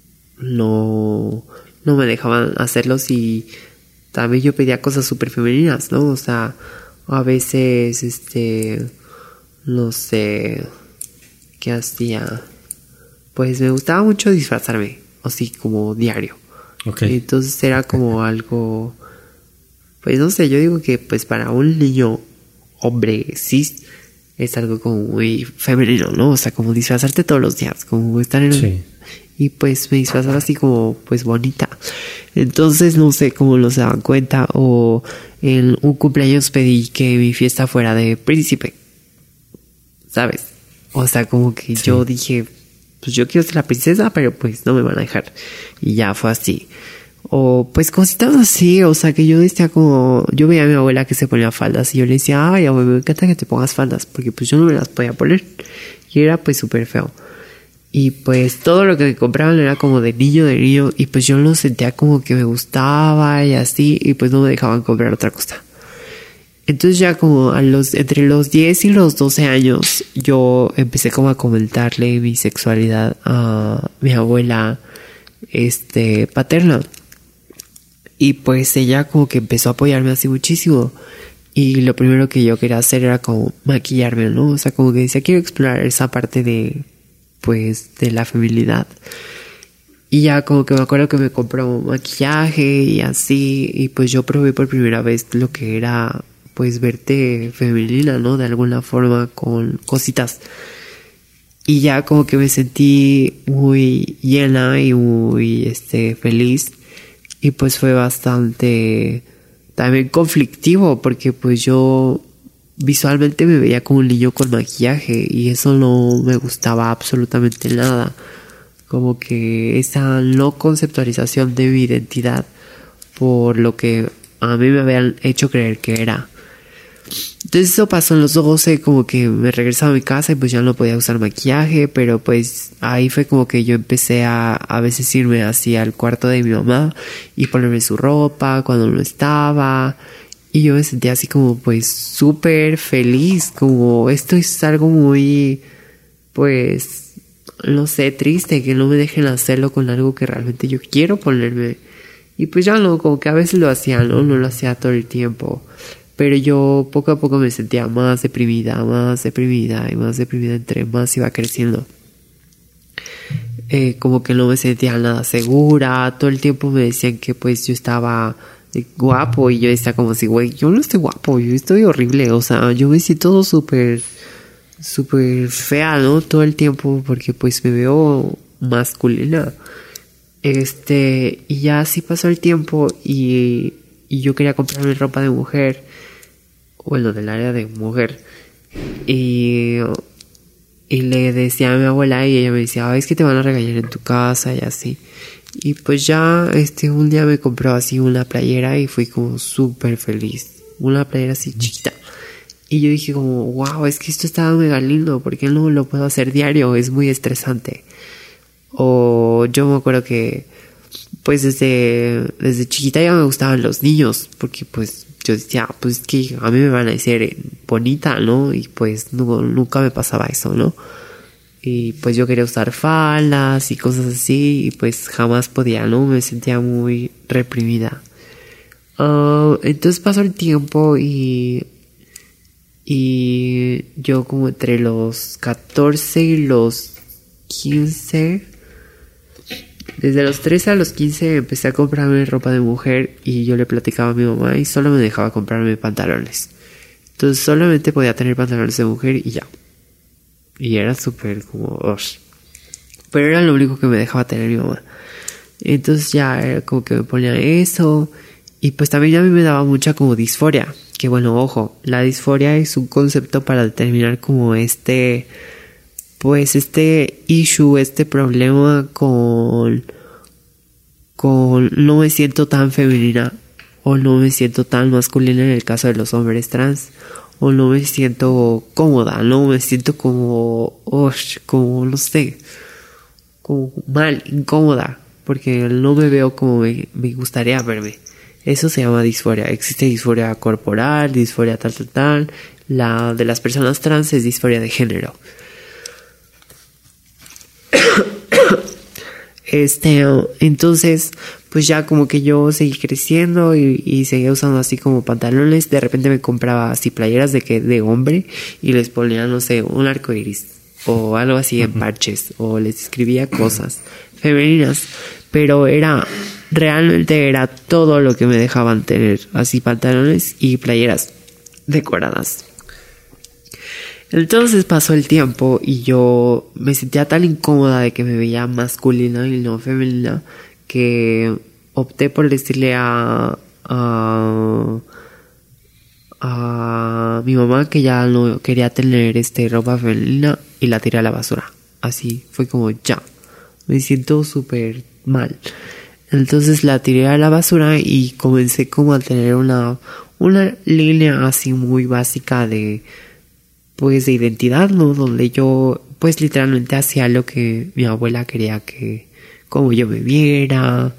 no me dejaban hacerlos, y también yo pedía cosas súper femeninas, ¿no? O sea, a veces, no sé qué hacía. Pues me gustaba mucho disfrazarme, así como diario. Okay. Entonces era como algo, pues no sé, yo digo que pues para un niño hombre cis es algo como muy femenino, ¿no? O sea, como disfrazarte todos los días, como estar en sí. Y pues me disfrazaba así como pues bonita. Entonces no sé cómo no se daban cuenta, o en un cumpleaños pedí que mi fiesta fuera de príncipe, ¿sabes? O sea, como que sí. Yo dije, pues yo quiero ser la princesa, pero pues no me van a dejar, y ya fue así. O pues cositas así, o sea, que yo decía como, yo veía a mi abuela que se ponía faldas y yo le decía, ay abuela, me encanta que te pongas faldas, porque pues yo no me las podía poner y era pues súper feo. Y pues todo lo que me compraban era como de niño, y pues yo lo sentía como que me gustaba y así, y pues no me dejaban comprar otra cosa. Entonces ya como entre los 10 y los 12 años yo empecé como a comentarle mi sexualidad a mi abuela paterna. Y pues ella como que empezó a apoyarme así muchísimo. Y lo primero que yo quería hacer era como maquillarme, ¿no? O sea, como que decía, quiero explorar esa parte de la feminidad. Y ya como que me acuerdo que me compró maquillaje y así, y pues yo probé por primera vez lo que era pues verte femenina, ¿no? De alguna forma, con cositas. Y ya como que me sentí muy llena y muy feliz. Y pues fue bastante también conflictivo, porque pues yo visualmente me veía como un niño con maquillaje y eso no me gustaba absolutamente nada. Como que esa no conceptualización de mi identidad por lo que a mí me habían hecho creer que era. Entonces eso pasó en los 12, como que me regresaba a mi casa y pues ya no podía usar maquillaje, pero pues ahí fue como que yo empecé a veces irme así al cuarto de mi mamá y ponerme su ropa cuando no estaba. Y yo me sentía así como pues súper feliz, como esto es algo muy, pues, no sé, triste, que no me dejen hacerlo con algo que realmente yo quiero ponerme. Y pues ya no, como que a veces lo hacía, no lo hacía todo el tiempo. Pero yo poco a poco me sentía más deprimida y más deprimida entre más iba creciendo. como que no me sentía nada segura, todo el tiempo me decían que pues yo estaba guapo y yo decía como si, güey, yo no estoy guapo, yo estoy horrible, o sea, yo me siento súper fea, ¿no? Todo el tiempo porque pues me veo masculina. Y ya así pasó el tiempo y yo quería comprarme ropa de mujer, bueno, del área de mujer, y le decía a mi abuela y ella me decía, es que te van a regañar en tu casa y así. Y pues ya, un día me compró así una playera y fui como súper feliz, una playera así chiquita. Y yo dije como, wow, es que esto está mega lindo, ¿por qué no lo puedo hacer diario? Es muy estresante. O yo me acuerdo que pues desde chiquita ya me gustaban los niños, porque pues yo decía, pues es que a mí me van a decir bonita, ¿no? Y pues nunca me pasaba eso, ¿no? Y pues yo quería usar faldas y cosas así, y pues jamás podía, ¿no? Me sentía muy reprimida. Entonces pasó el tiempo y yo como entre los 14 y los 15, desde los 13 a los 15 empecé a comprarme ropa de mujer y yo le platicaba a mi mamá y solo me dejaba comprarme pantalones. Entonces solamente podía tener pantalones de mujer y ya. Y era súper como... Pero era lo único que me dejaba tener mi mamá. Entonces ya era como que me ponía eso. Y pues también a mí me daba mucha como disforia. Que bueno, ojo, la disforia es un concepto para determinar como pues issue, este problema con no me siento tan femenina o no me siento tan masculina en el caso de los hombres trans, o no me siento cómoda, no me siento como no sé, como mal, incómoda, porque no me veo como me gustaría verme. Eso se llama disforia. Existe disforia corporal, disforia tal. La de las personas trans es disforia de género. Entonces pues ya como que yo seguí creciendo y seguía usando así como pantalones. De repente me compraba así playeras de hombre y les ponía, no sé, un arco iris o algo así en parches, o les escribía cosas femeninas, pero realmente era todo lo que me dejaban tener, así pantalones y playeras decoradas. Entonces pasó el tiempo y yo me sentía tan incómoda de que me veía masculina y no femenina que opté por decirle a mi mamá que ya no quería tener ropa femenina y la tiré a la basura. Así fue como ya, me siento súper mal. Entonces la tiré a la basura y comencé como a tener una línea así muy básica de identidad, ¿no? Donde yo pues literalmente hacía lo que mi abuela quería que como yo me viera,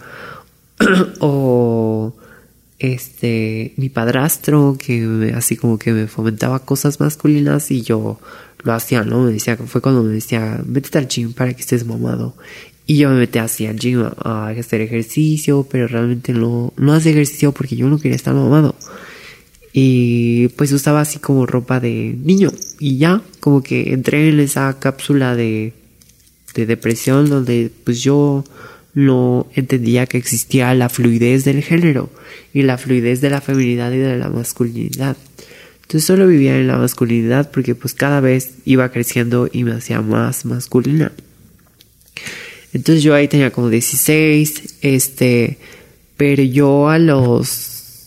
o mi padrastro que así como que me fomentaba cosas masculinas y yo lo hacía, ¿no? Fue cuando me decía, métete al gym para que estés mamado. Y yo me metí así al gym a hacer ejercicio, pero realmente no hacía ejercicio porque yo no quería estar mamado. Y pues usaba así como ropa de niño. Y ya, como que entré en esa cápsula de depresión donde pues yo no entendía que existía la fluidez del género y la fluidez de la feminidad y de la masculinidad. Entonces solo vivía en la masculinidad porque pues cada vez iba creciendo y me hacía más masculina. Entonces yo ahí tenía como 16, pero yo a los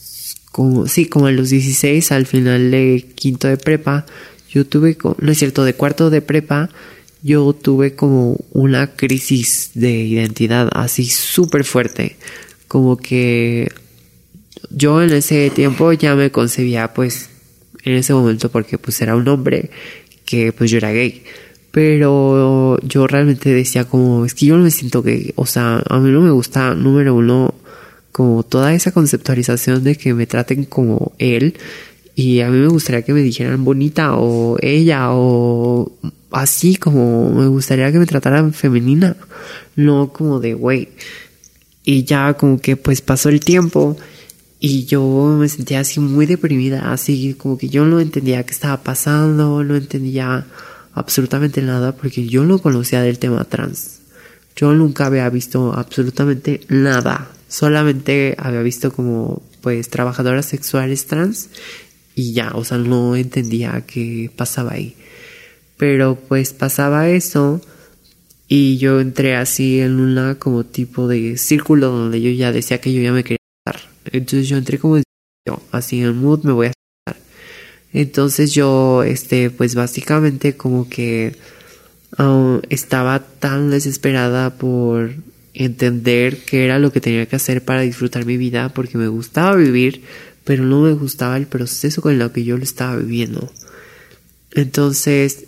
16, al final de quinto de prepa, yo tuve, de cuarto de prepa, yo tuve como una crisis de identidad así súper fuerte. Como que yo en ese tiempo ya me concebía pues en ese momento porque pues era un hombre, que pues yo era gay. Pero yo realmente decía como, es que yo no me siento gay. O sea, a mí no me gusta, número uno, como toda esa conceptualización de que me traten como él. Y a mí me gustaría que me dijeran bonita o ella o así, como me gustaría que me trataran femenina, no como de güey. Y ya como que pues pasó el tiempo y yo me sentía así muy deprimida, así como que yo no entendía qué estaba pasando, no entendía absolutamente nada porque yo no conocía del tema trans. Yo nunca había visto absolutamente nada. Solamente había visto como pues trabajadoras sexuales trans y ya, o sea, no entendía qué pasaba ahí. Pero pues pasaba eso y yo entré así en una como tipo de círculo donde yo ya decía que yo ya me quería estar. Entonces yo entré como así en el mood, me voy a estar. Entonces yo, pues básicamente como que estaba tan desesperada por entender qué era lo que tenía que hacer para disfrutar mi vida, porque me gustaba vivir, pero no me gustaba el proceso con el que yo lo estaba viviendo. Entonces,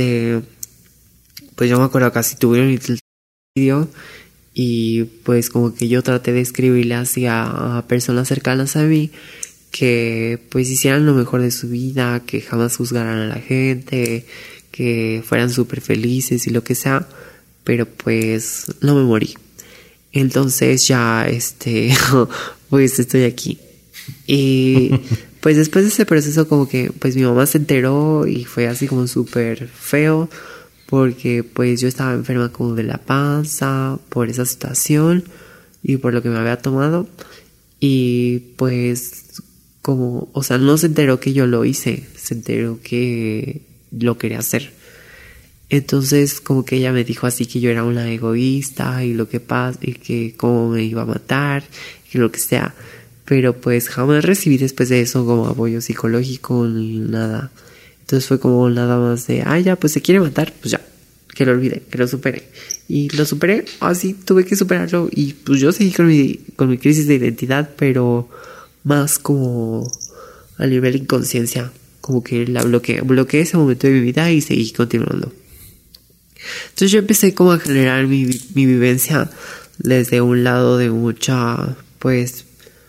pues yo me acuerdo que casi tuvieron el video y pues como que yo traté de escribirle así a personas cercanas a mí que pues hicieran lo mejor de su vida, que jamás juzgaran a la gente, que fueran súper felices y lo que sea, pero pues no me morí. Entonces ya, pues estoy aquí. Y pues después de ese proceso como que pues mi mamá se enteró y fue así como súper feo porque pues yo estaba enferma como de la panza por esa situación y por lo que me había tomado y pues como, o sea, no se enteró que yo lo hice, se enteró que lo quería hacer. Entonces como que ella me dijo así que yo era una egoísta y lo que pasa y que cómo me iba a matar y lo que sea, pero pues jamás recibí después de eso como apoyo psicológico ni nada. Entonces fue como nada más de ya pues se quiere matar, pues ya, que lo olvide, que lo supere. Y lo superé, así tuve que superarlo y pues yo seguí con mi crisis de identidad, pero más como a nivel de inconsciencia, como que la bloqueé ese momento de mi vida y seguí continuando. Entonces yo empecé como a generar mi vivencia desde un lado de mucha, pues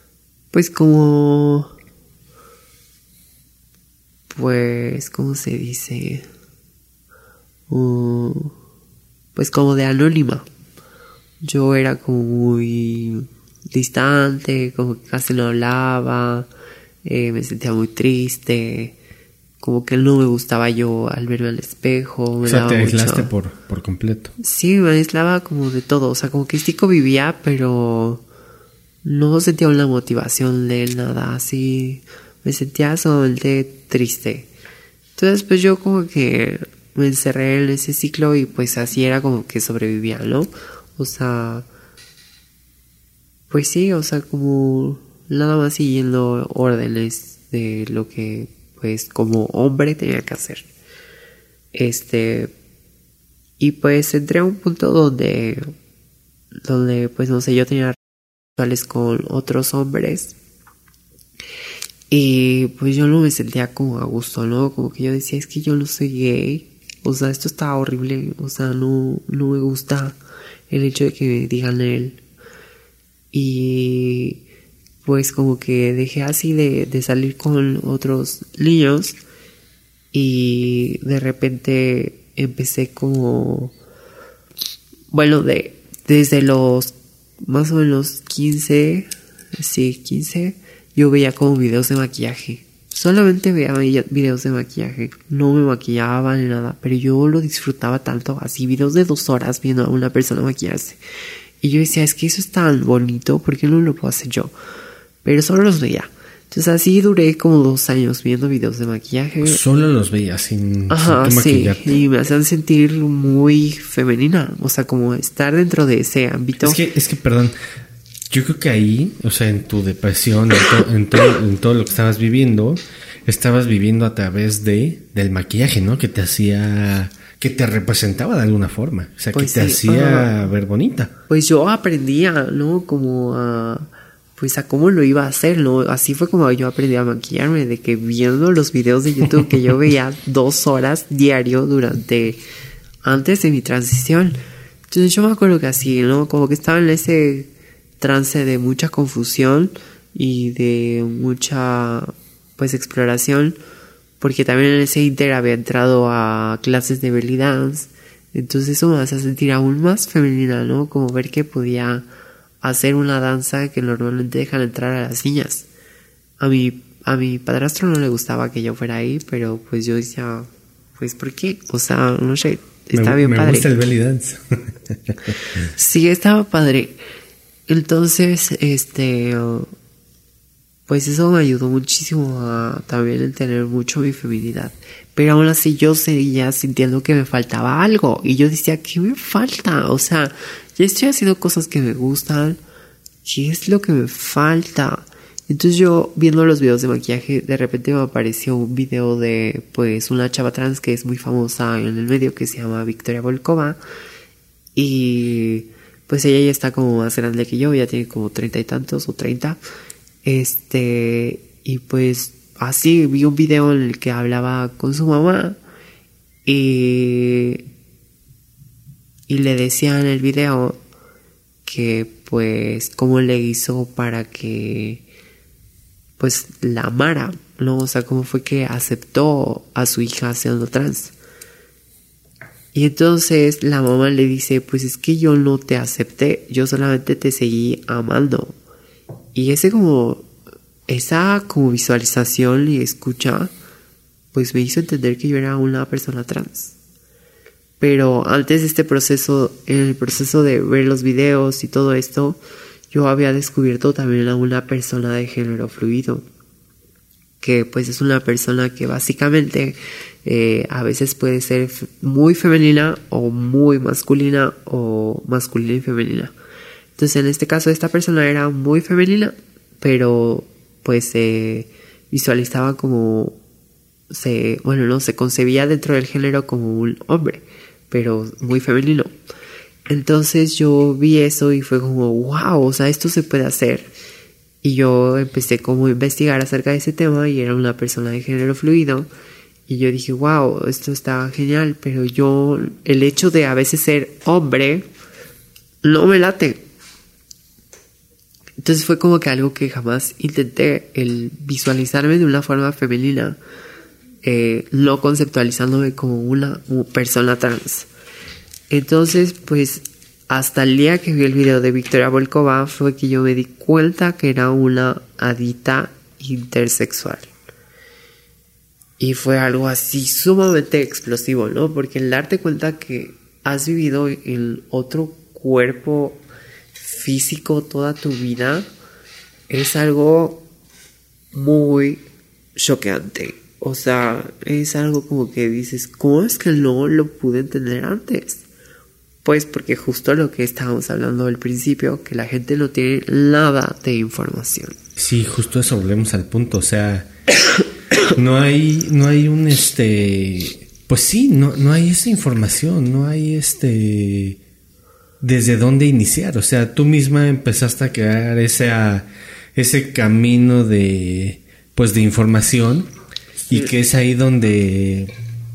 como, pues, ¿cómo se dice? Pues como de anónima. Yo era como muy distante, como que casi no hablaba, me sentía muy triste. Como que no me gustaba yo al verme al espejo. O sea, te aislaste por completo. Sí, me aislaba como de todo. O sea, como que sí convivía, pero no sentía una motivación de nada. Así me sentía sumamente triste. Entonces, pues yo como que me encerré en ese ciclo y pues así era como que sobrevivía, ¿no? O sea, pues sí, o sea, como nada más siguiendo órdenes de lo que pues como hombre tenía que hacer. Y pues entré a un punto donde pues no sé, yo tenía relaciones con otros hombres y pues yo no me sentía como a gusto, ¿no? Como que yo decía, es que yo no soy gay, o sea, esto está horrible, o sea, no me gusta el hecho de que me digan él. Y pues como que dejé así de salir con otros niños y de repente empecé como, bueno, desde los más o menos 15, yo veía como videos de maquillaje. Solamente veía videos de maquillaje, no me maquillaba ni nada, pero yo lo disfrutaba tanto, así videos de 2 horas viendo a una persona maquillarse. Y yo decía, es que eso es tan bonito, ¿por qué no lo puedo hacer yo? Pero solo los veía. Entonces así duré como 2 años viendo videos de maquillaje. Solo los veía sin tu maquillarte. Sí, y me hacían sentir muy femenina. O sea, como estar dentro de ese ámbito. Es que, perdón, yo creo que ahí, o sea, en tu depresión, en todo lo que estabas viviendo a través del maquillaje, ¿no? Que te hacía, que te representaba de alguna forma. O sea, pues que te hacía ver bonita. Pues yo aprendía, ¿no? Como a cómo lo iba a hacer, ¿no? Así fue como yo aprendí a maquillarme, de que viendo los videos de YouTube que yo veía 2 horas diario antes de mi transición. Entonces yo me acuerdo que así, ¿no? Como que estaba en ese trance de mucha confusión y de mucha, pues, exploración, porque también en ese inter había entrado a clases de belly dance. Entonces eso me hacía sentir aún más femenina, ¿no? Como ver que podía hacer una danza que normalmente dejan entrar a las niñas. A mi padrastro no le gustaba que yo fuera ahí, pero pues yo decía, pues, ¿por qué? O sea, no sé, está bien me padre. Me gusta el belly dance. Sí, estaba padre. Entonces, pues eso me ayudó muchísimo a también entender mucho mi feminidad. Pero aún así yo seguía sintiendo que me faltaba algo. Y yo decía, ¿qué me falta? O sea, ya estoy haciendo cosas que me gustan. ¿Qué es lo que me falta? Entonces yo, viendo los videos de maquillaje, de repente me apareció un video de, pues, una chava trans que es muy famosa en el medio, que se llama Victoria Volkova. Y pues ella ya está como más grande que yo, ya tiene como 30 y tantos o 30. Y pues así vi un video en el que hablaba con su mamá y le decía en el video que pues cómo le hizo para que pues la amara, ¿no? O sea, cómo fue que aceptó a su hija siendo trans. Y entonces la mamá le dice, pues es que yo no te acepté, yo solamente te seguí amando. Y esa como visualización y escucha, pues me hizo entender que yo era una persona trans. Pero antes de este proceso, en el proceso de ver los videos y todo esto, yo había descubierto también a una persona de género fluido, que pues es una persona que básicamente a veces puede ser muy femenina o muy masculina o masculina y femenina. Entonces en este caso esta persona era muy femenina, pero pues se visualizaba como se concebía dentro del género como un hombre, pero muy femenino. Entonces yo vi eso y fue como wow, o sea, esto se puede hacer. Y yo empecé como a investigar acerca de ese tema y era una persona de género fluido. Y yo dije, wow, esto está genial, pero yo, el hecho de a veces ser hombre, no me late. Entonces fue como que algo que jamás intenté, el visualizarme de una forma femenina, no conceptualizándome como una persona trans. Entonces, pues, hasta el día que vi el video de Victoria Volkova fue que yo me di cuenta que era una adicta intersexual. Y fue algo así sumamente explosivo, ¿no? Porque el darte cuenta que has vivido en otro cuerpo físico toda tu vida es algo muy choqueante. O sea, es algo como que dices, ¿cómo es que no lo pude entender antes? Pues porque justo lo que estábamos hablando al principio, que la gente no tiene nada de información. Sí, justo eso, volvemos al punto, o sea, no hay un pues sí, no hay esa información, no hay desde dónde iniciar, o sea, tú misma empezaste a crear ese camino de información, sí. Y que es ahí donde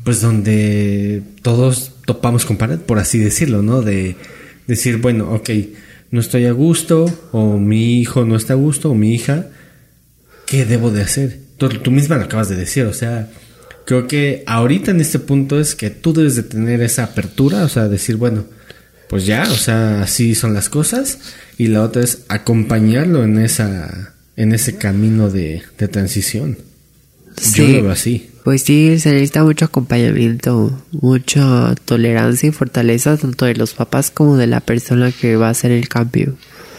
todos topamos con pared, por así decirlo, ¿no? De decir, bueno, ok, no estoy a gusto, o mi hijo no está a gusto, o mi hija, ¿qué debo de hacer? Tú misma lo acabas de decir, o sea, creo que ahorita en este punto es que tú debes de tener esa apertura, o sea, decir, bueno, pues ya, o sea, así son las cosas, y la otra es acompañarlo en ese camino de transición. Sí, yo lo veo así. Pues sí, se necesita mucho acompañamiento, mucha tolerancia y fortaleza tanto de los papás como de la persona que va a hacer el cambio.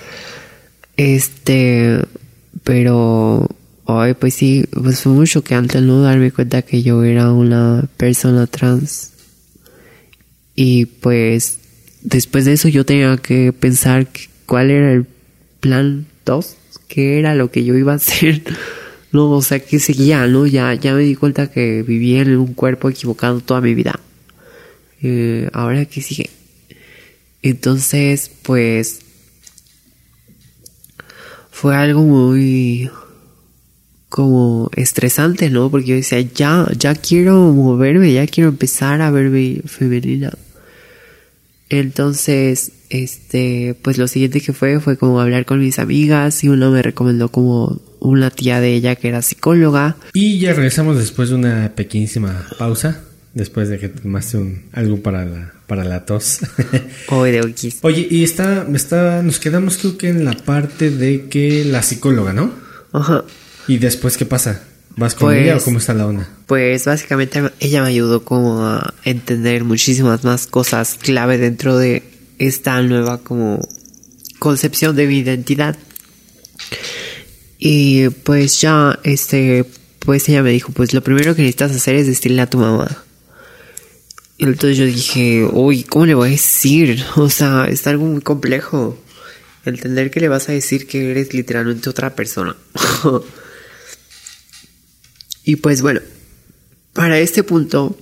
Pero ay, pues sí, pues fue muy choqueante, ¿no? Darme cuenta que yo era una persona trans. Y pues después de eso yo tenía que pensar cuál era el plan 2, qué era lo que yo iba a hacer. No, o sea, que seguía, ¿no? Ya me di cuenta que vivía en un cuerpo equivocado toda mi vida. Ahora, ¿qué sigue? Entonces, pues, fue algo muy como estresante, ¿no? Porque yo decía, ya quiero moverme, ya quiero empezar a verme femenina. Entonces, pues lo siguiente que fue como hablar con mis amigas, y una me recomendó como una tía de ella que era psicóloga. Y ya regresamos después de una pequeñísima pausa, después de que tomaste algo para la tos. Oye, y nos quedamos creo que en la parte de que la psicóloga, ¿no? Ajá. ¿Y después qué pasa? ¿Vas con ella o cómo está la onda? Pues básicamente ella me ayudó como a entender muchísimas más cosas clave dentro de esta nueva como concepción de mi identidad. Y pues ya, pues ella me dijo, pues lo primero que necesitas hacer es decirle a tu mamá. Y entonces yo dije, uy, ¿cómo le voy a decir? O sea, es algo muy complejo. Entender que le vas a decir que eres literalmente otra persona. Y pues bueno, para este punto,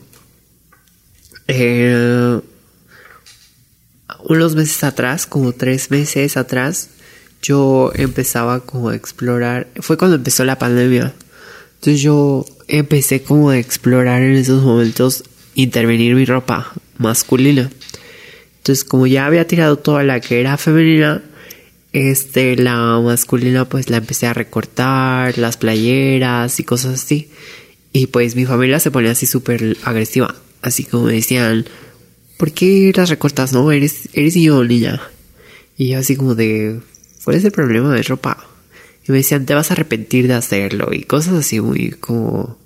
unos meses atrás, como 3 meses atrás, yo empezaba como a explorar. Fue cuando empezó la pandemia. Entonces yo empecé como a explorar en esos momentos, intervenir mi ropa masculina. Entonces como ya había tirado toda la que era femenina, la masculina pues la empecé a recortar, las playeras y cosas así. Y pues mi familia se ponía así súper agresiva. Así como me decían, ¿por qué las recortas? No, eres niño o niña. Y yo así como de, ¿cuál es el problema de ropa? Y me decían, te vas a arrepentir de hacerlo. Y cosas así muy como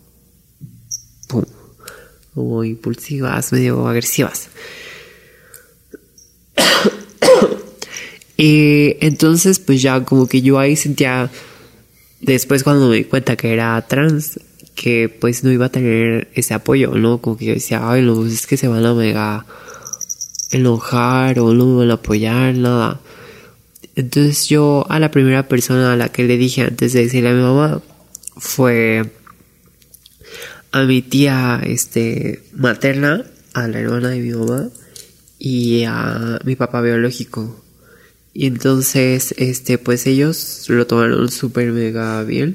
impulsivas, medio agresivas. Y entonces pues ya como que yo ahí sentía, después cuando me di cuenta que era trans, que pues no iba a tener ese apoyo, ¿no? Como que yo decía, ay, no, es que se van a mega enojar o no me van a apoyar, nada. Entonces yo a la primera persona a la que le dije antes de decirle a mi mamá fue a mi tía materna, a la hermana de mi mamá y a mi papá biológico. Y entonces pues ellos lo tomaron súper mega bien.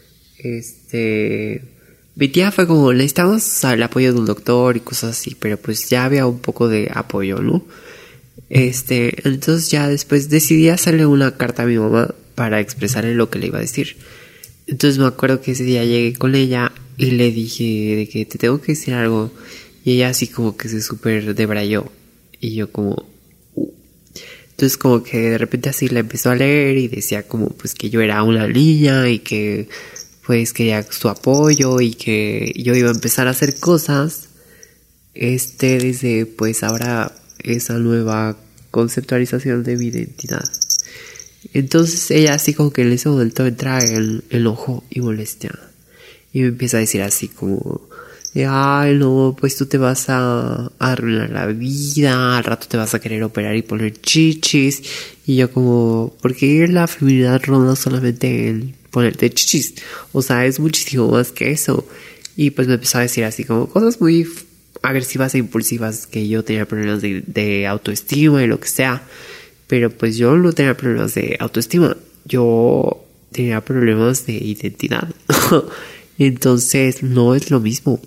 Mi tía fue como, necesitamos el apoyo de un doctor y cosas así, pero pues ya había un poco de apoyo, ¿no? Entonces ya después decidí hacerle una carta a mi mamá para expresarle lo que le iba a decir. Entonces me acuerdo que ese día llegué con ella y le dije de que te tengo que decir algo. Y ella así como que se súper debrayó. Y yo como... Entonces como que de repente así la empezó a leer y decía como pues que yo era una niña y que pues quería su apoyo y que yo iba a empezar a hacer cosas desde pues ahora esa nueva conceptualización de mi identidad. Entonces ella así como que en ese momento entra en enojo y molestia y me empieza a decir así como ay no, pues tú te vas a arruinar la vida, al rato te vas a querer operar y poner chichis. Y yo como, ¿por qué la feminidad ronda solamente en ponerte chichis? O sea, es muchísimo más que eso. Y pues me empezó a decir así como cosas muy agresivas e impulsivas, que yo tenía problemas de autoestima y lo que sea. Pero pues yo no tenía problemas de autoestima, yo tenía problemas de identidad. Entonces no es lo mismo.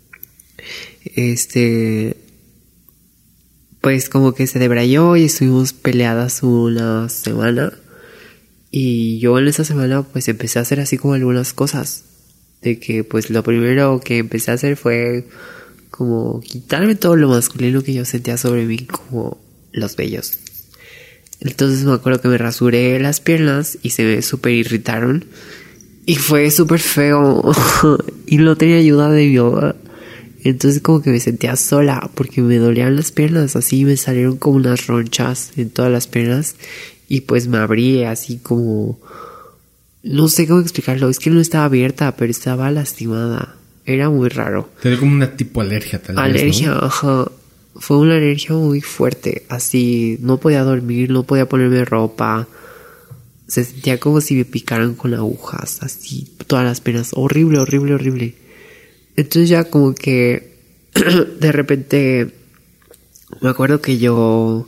Pues como que se debrayó y estuvimos peleadas una semana. Y yo en esa semana pues empecé a hacer así como algunas cosas. De que pues lo primero que empecé a hacer fue como quitarme todo lo masculino que yo sentía sobre mí, como los vellos. Entonces me acuerdo que me rasuré las piernas y se me súper irritaron. Y fue súper feo. Y no tenía ayuda de mi mamá. Entonces como que me sentía sola porque me dolían las piernas. Así me salieron como unas ronchas en todas las piernas. Y pues me abrí así como... No sé cómo explicarlo. Es que no estaba abierta, pero estaba lastimada. Era muy raro. Tenía como una tipo alergia tal vez, alergia, ¿no? Ajá. Fue una alergia muy fuerte. Así no podía dormir, no podía ponerme ropa. Se sentía como si me picaran con agujas. Así todas las piernas. Horrible, horrible, horrible. Entonces ya como que de repente me acuerdo que yo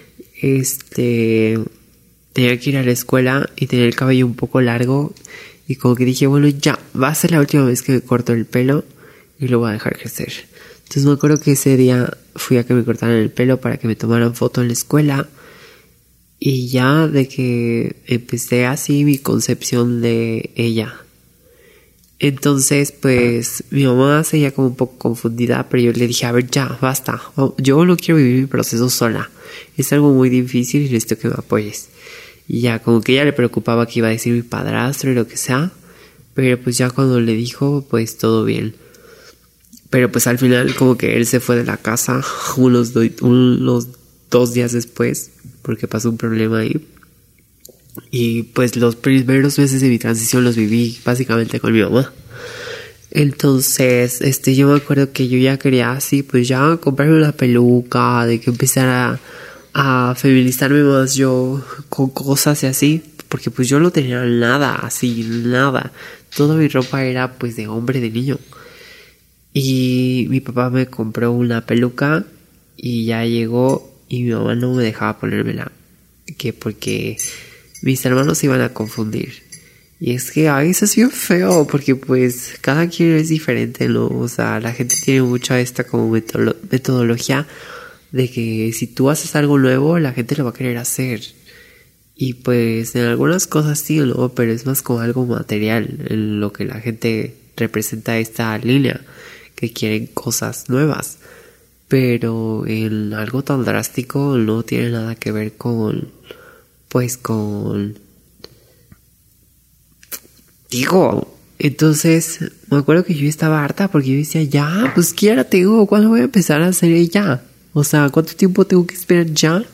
tenía que ir a la escuela y tenía el cabello un poco largo y como que dije, bueno, ya va a ser la última vez que me corto el pelo y lo voy a dejar crecer. Entonces me acuerdo que ese día fui a que me cortaran el pelo para que me tomaran foto en la escuela. Y ya de que empecé así mi concepción de ella. Entonces, pues, mi mamá seguía como un poco confundida, pero yo le dije, a ver, ya, basta. Yo no quiero vivir mi proceso sola. Es algo muy difícil y necesito que me apoyes. Y ya, como que ella le preocupaba que iba a decir mi padrastro y lo que sea. Pero pues ya cuando le dijo, pues todo bien. Pero pues al final como que él se fue de la casa unos 2 días después, porque pasó un problema ahí. Y pues los primeros meses de mi transición los viví básicamente con mi mamá. Entonces, yo me acuerdo que yo ya quería así, pues ya comprarme una peluca, de que empezara a feminizarme más yo con cosas y así, porque pues yo no tenía nada, así, nada. Toda mi ropa era pues de hombre, de niño. Y mi papá me compró una peluca y ya llegó y mi mamá no me dejaba ponérmela, que porque mis hermanos se iban a confundir. Y es que a veces es bien feo, porque pues cada quien es diferente, ¿no? O sea, la gente tiene mucha esta como metodología de que si tú haces algo nuevo, la gente lo va a querer hacer. Y pues en algunas cosas sí, ¿no? Pero es más como algo material, en lo que la gente representa esta línea, que quieren cosas nuevas. Pero en algo tan drástico no tiene nada que ver con... pues con... Digo, entonces me acuerdo que yo estaba harta porque yo decía, ya, pues ¿qué hora tengo? ¿Cuándo voy a empezar a hacer ya? O sea, ¿cuánto tiempo tengo que esperar ya?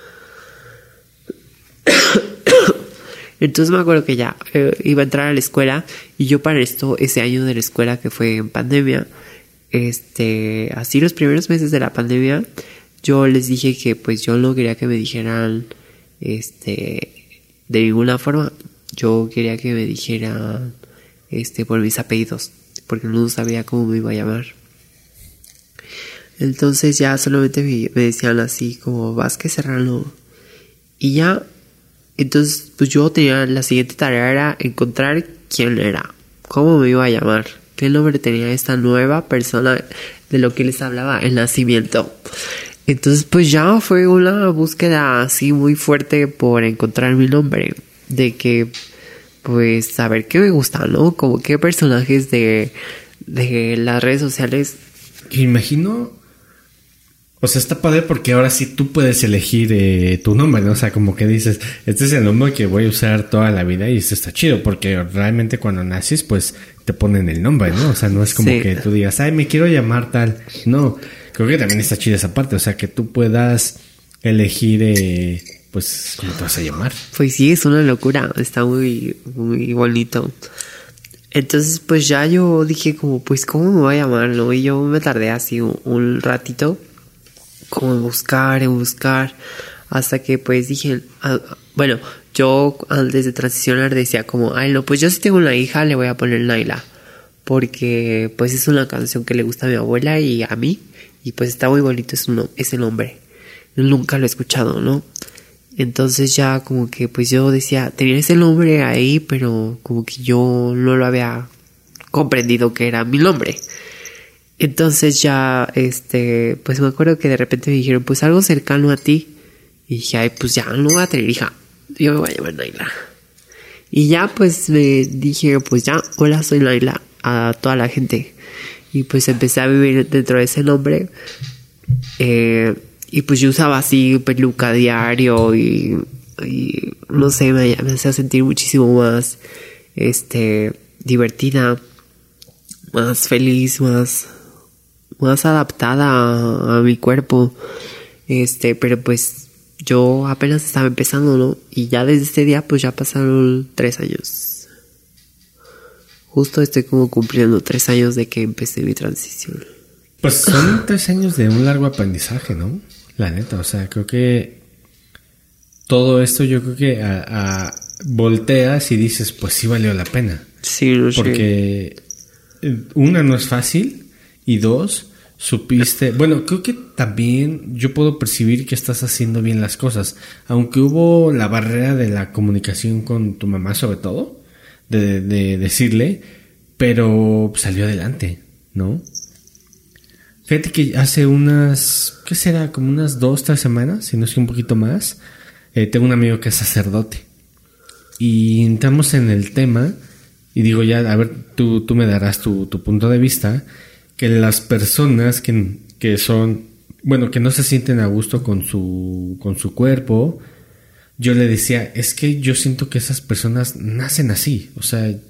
Entonces me acuerdo que ya iba a entrar a la escuela y yo para ese año de la escuela que fue en pandemia, así los primeros meses de la pandemia, yo les dije que pues yo no quería que me dijeran, de ninguna forma. Yo quería que me dijeran por mis apellidos, porque no sabía cómo me iba a llamar. Entonces ya solamente me decían así como Vázquez Serrano. Y ya, entonces pues yo tenía, la siguiente tarea era encontrar quién era, cómo me iba a llamar, qué nombre tenía esta nueva persona de lo que les hablaba, el nacimiento. Entonces pues ya fue una búsqueda así muy fuerte por encontrar mi nombre. De que, pues, saber qué me gusta, ¿no? Como qué personajes de las redes sociales. Imagino, o sea, está padre porque ahora sí tú puedes elegir tu nombre, ¿no? O sea, como que dices, este es el nombre que voy a usar toda la vida y esto está chido, porque realmente cuando naces, pues, te ponen el nombre, ¿no? O sea, no es como que tú digas, ay, me quiero llamar tal. No, creo que también está chido esa parte, o sea, que tú puedas elegir... pues, ¿cómo te vas a llamar? Pues sí, es una locura. Está muy, muy bonito. Entonces, pues ya yo dije como, pues, ¿cómo me voy a llamar, no? Y yo me tardé así un ratito como en buscar. Hasta que, pues, dije... bueno, yo antes de transicionar decía como... Ay, no, pues yo si tengo una hija le voy a poner Naila. Porque, pues, es una canción que le gusta a mi abuela y a mí. Y, pues, está muy bonito ese nombre. Nunca lo he escuchado, ¿no? Entonces ya como que pues yo decía, tenía ese nombre ahí, pero como que yo no lo había comprendido que era mi nombre. Entonces ya, pues me acuerdo que de repente me dijeron, pues algo cercano a ti. Y dije, ay, pues ya no voy a tener hija, yo me voy a llamar Naila. Y ya pues me dije, pues ya, hola, soy Naila, a toda la gente. Y pues empecé a vivir dentro de ese nombre. Y pues yo usaba así peluca diario y no sé, me hacía sentir muchísimo más divertida, más feliz, más adaptada a mi cuerpo. Pero pues yo apenas estaba empezando, ¿no? Y ya desde ese día pues ya pasaron 3 años. Justo estoy como cumpliendo 3 años de que empecé mi transición. Pues son 3 años de un largo aprendizaje, ¿no? La neta, o sea, creo que todo esto yo creo que volteas y dices, pues sí valió la pena. Sí, no sé. Porque una, no es fácil, y 2, supiste... Bueno, creo que también yo puedo percibir que estás haciendo bien las cosas. Aunque hubo la barrera de la comunicación con tu mamá, sobre todo, de decirle, pero salió adelante, ¿no? Fíjate que hace unas... ¿Qué será? Como unas 2-3 semanas, si no es que un poquito más. Tengo un amigo que es sacerdote. Y entramos en el tema... Y digo ya, a ver, tú me darás tu punto de vista... Que las personas que son... Bueno, que no se sienten a gusto con su cuerpo... Yo le decía, es que yo siento que esas personas nacen así. O sea,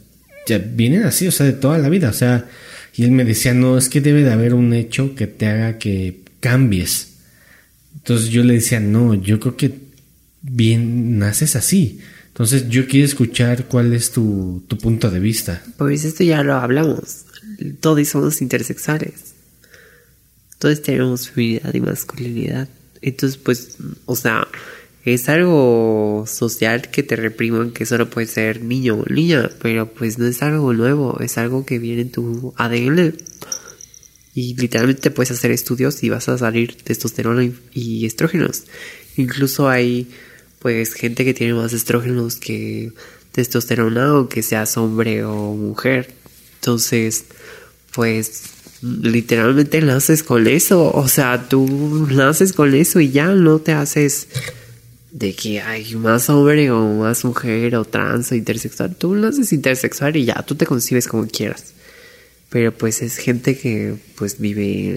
ya vienen así, o sea, de toda la vida, o sea, y él me decía, no, es que debe de haber un hecho que te haga que cambies. Entonces yo le decía, no, yo creo que bien naces así. Entonces yo quiero escuchar cuál es tu punto de vista. Pues esto ya lo hablamos. Todos somos intersexuales. Todos tenemos feminidad y masculinidad. Entonces, pues, o sea, es algo social que te repriman que solo puede ser niño o niña, pero pues no es algo nuevo, es algo que viene en tu ADN. Y literalmente puedes hacer estudios y vas a salir testosterona y estrógenos. Incluso hay pues gente que tiene más estrógenos que testosterona, o que seas hombre o mujer. Entonces, pues literalmente naces con eso. O sea, tú naces con eso y ya no te haces de que hay más hombre o más mujer o trans o intersexual. Tú naces intersexual y ya, tú te concibes como quieras. Pero pues es gente que pues vive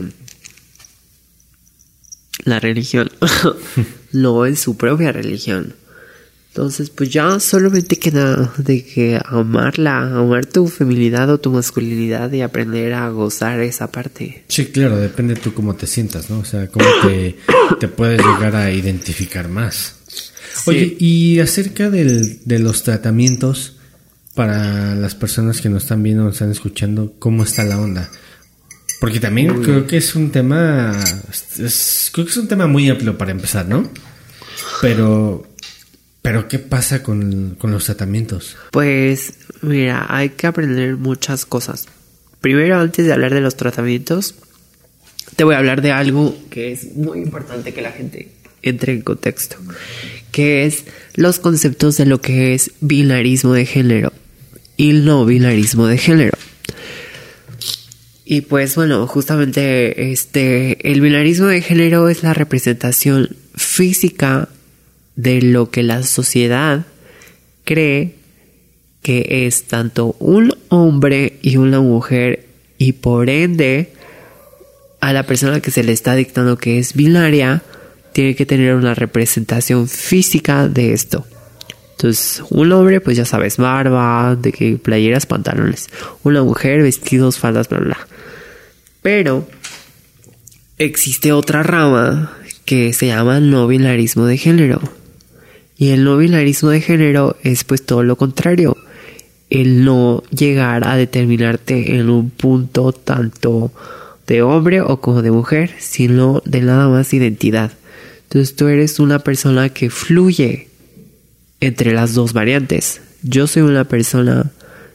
la religión, no en su propia religión. Entonces pues ya solamente queda de que amar tu feminidad o tu masculinidad y aprender a gozar esa parte. Sí, claro, depende tú cómo te sientas, ¿no? O sea, cómo te puedes llegar a identificar más. Sí. Oye, y acerca de los tratamientos para las personas que nos están viendo, nos están escuchando, ¿cómo está la onda? Porque también creo que es un tema, creo que es un tema muy amplio para empezar, ¿no? Pero ¿qué pasa con los tratamientos? Pues, mira, hay que aprender muchas cosas. Primero, antes de hablar de los tratamientos, te voy a hablar de algo que es muy importante que la gente entre en contexto, que es los conceptos de lo que es binarismo de género y no binarismo de género. Y pues bueno, justamente el binarismo de género es la representación física de lo que la sociedad cree que es tanto un hombre y una mujer, y por ende a la persona que se le está dictando que es binaria tiene que tener una representación física de esto. Entonces, un hombre, pues ya sabes, barba, de que playeras, pantalones. Una mujer, vestidos, faldas, bla, bla. Pero existe otra rama que se llama no binarismo de género. Y el no binarismo de género es pues todo lo contrario. El no llegar a determinarte en un punto tanto de hombre o como de mujer, sino de nada más identidad. Entonces tú eres una persona que fluye entre las dos variantes. Yo soy una persona,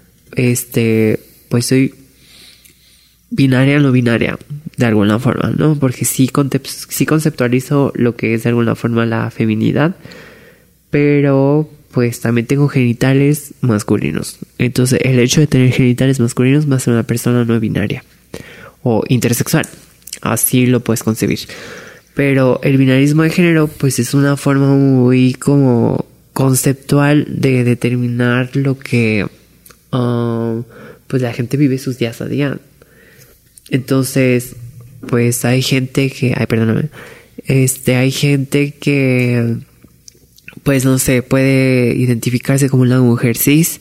pues soy binaria, no binaria, de alguna forma, ¿no? Porque sí conceptualizo lo que es de alguna forma la feminidad, pero pues también tengo genitales masculinos. Entonces el hecho de tener genitales masculinos me hace una persona no binaria o intersexual. Así lo puedes concebir. Pero el binarismo de género pues es una forma muy como conceptual de determinar lo que pues la gente vive sus días a día. Entonces pues hay gente que hay gente que pues no sé, puede identificarse como una mujer cis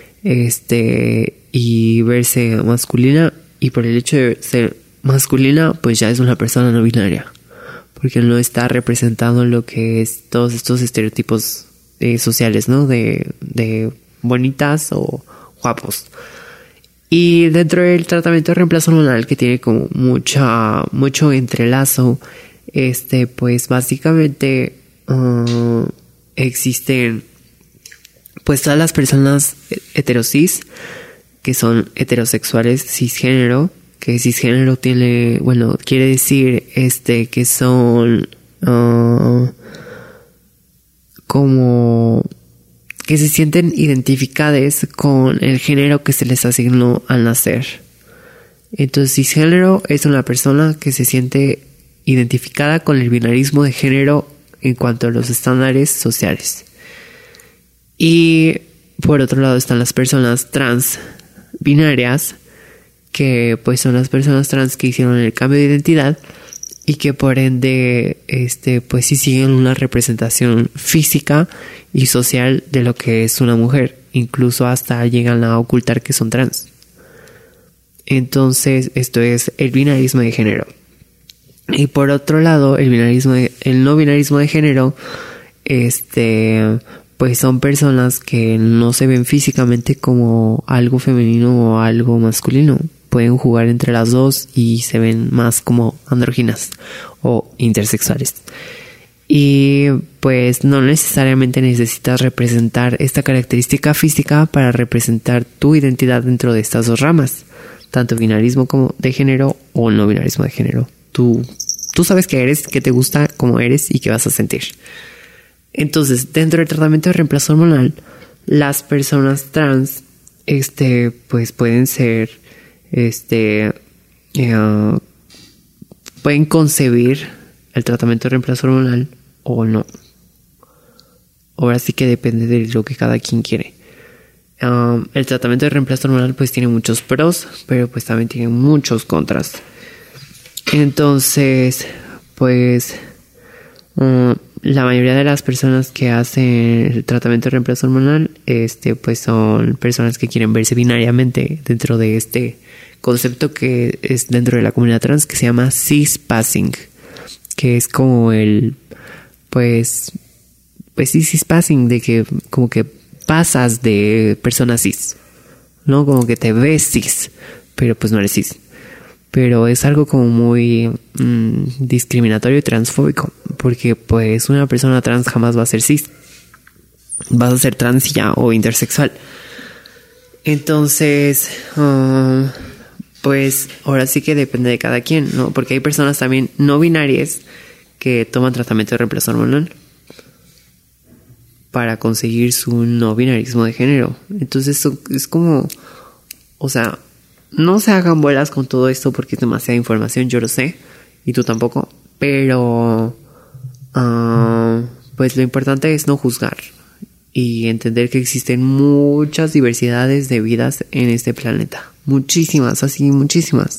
y verse masculina, y por el hecho de ser masculina pues ya es una persona no binaria, porque no está representando lo que es todos estos estereotipos sociales, ¿no? De bonitas o guapos. Y dentro del tratamiento de reemplazo hormonal, que tiene como mucho entrelazo, pues básicamente existen pues todas las personas heterosis, que son heterosexuales cisgénero, que cisgénero quiere decir que son como que se sienten identificadas con el género que se les asignó al nacer. Entonces cisgénero es una persona que se siente identificada con el binarismo de género en cuanto a los estándares sociales. Y por otro lado están las personas trans binarias, que pues son las personas trans que hicieron el cambio de identidad y que por ende pues sí siguen una representación física y social de lo que es una mujer. incluso hasta llegan a ocultar que son trans. Entonces, esto es el binarismo de género. Y por otro lado, el no binarismo de género, pues son personas que no se ven físicamente como algo femenino o algo masculino. Pueden jugar entre las dos y se ven más como andróginas o intersexuales. Y pues no necesariamente necesitas representar esta característica física para representar tu identidad dentro de estas dos ramas, tanto binarismo como de género o no binarismo de género. Tú sabes qué eres, qué te gusta, cómo eres y qué vas a sentir. Entonces, dentro del tratamiento de reemplazo hormonal, las personas trans, pues pueden ser, pueden concebir el tratamiento de reemplazo hormonal o no. Ahora sí que depende de lo que cada quien quiere. El tratamiento de reemplazo hormonal pues tiene muchos pros, pero pues también tiene muchos contras. Entonces, pues la mayoría de las personas que hacen el tratamiento de reemplazo hormonal, pues son personas que quieren verse binariamente dentro de este concepto que es dentro de la comunidad trans, que se llama cispassing, que es como pues sí, cispassing, de que como que pasas de persona cis, ¿no? Como que te ves cis, pero pues no eres cis. Pero es algo como muy discriminatorio y transfóbico, porque pues una persona trans jamás va a ser cis. Vas a ser trans ya o intersexual. Entonces, pues ahora sí que depende de cada quien, ¿no? Porque hay personas también no binarias que toman tratamiento de reemplazo hormonal para conseguir su no binarismo de género. Entonces es como, o sea, no se hagan bolas con todo esto porque es demasiada información, yo lo sé, y tú tampoco, pero pues lo importante es no juzgar y entender que existen muchas diversidades de vidas en este planeta, muchísimas, así muchísimas,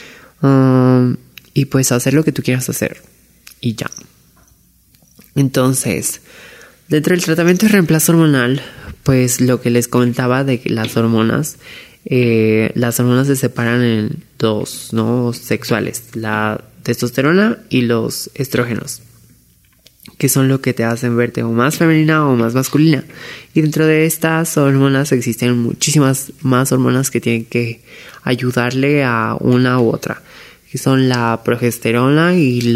y pues hacer lo que tú quieras hacer y ya. Entonces, dentro del tratamiento de reemplazo hormonal, pues lo que les comentaba de que las hormonas se separan en dos, ¿no? Sexuales, la testosterona y los estrógenos, que son lo que te hacen verte o más femenina o más masculina. Y dentro de estas hormonas existen muchísimas más hormonas que tienen que ayudarle a una u otra, que son la progesterona y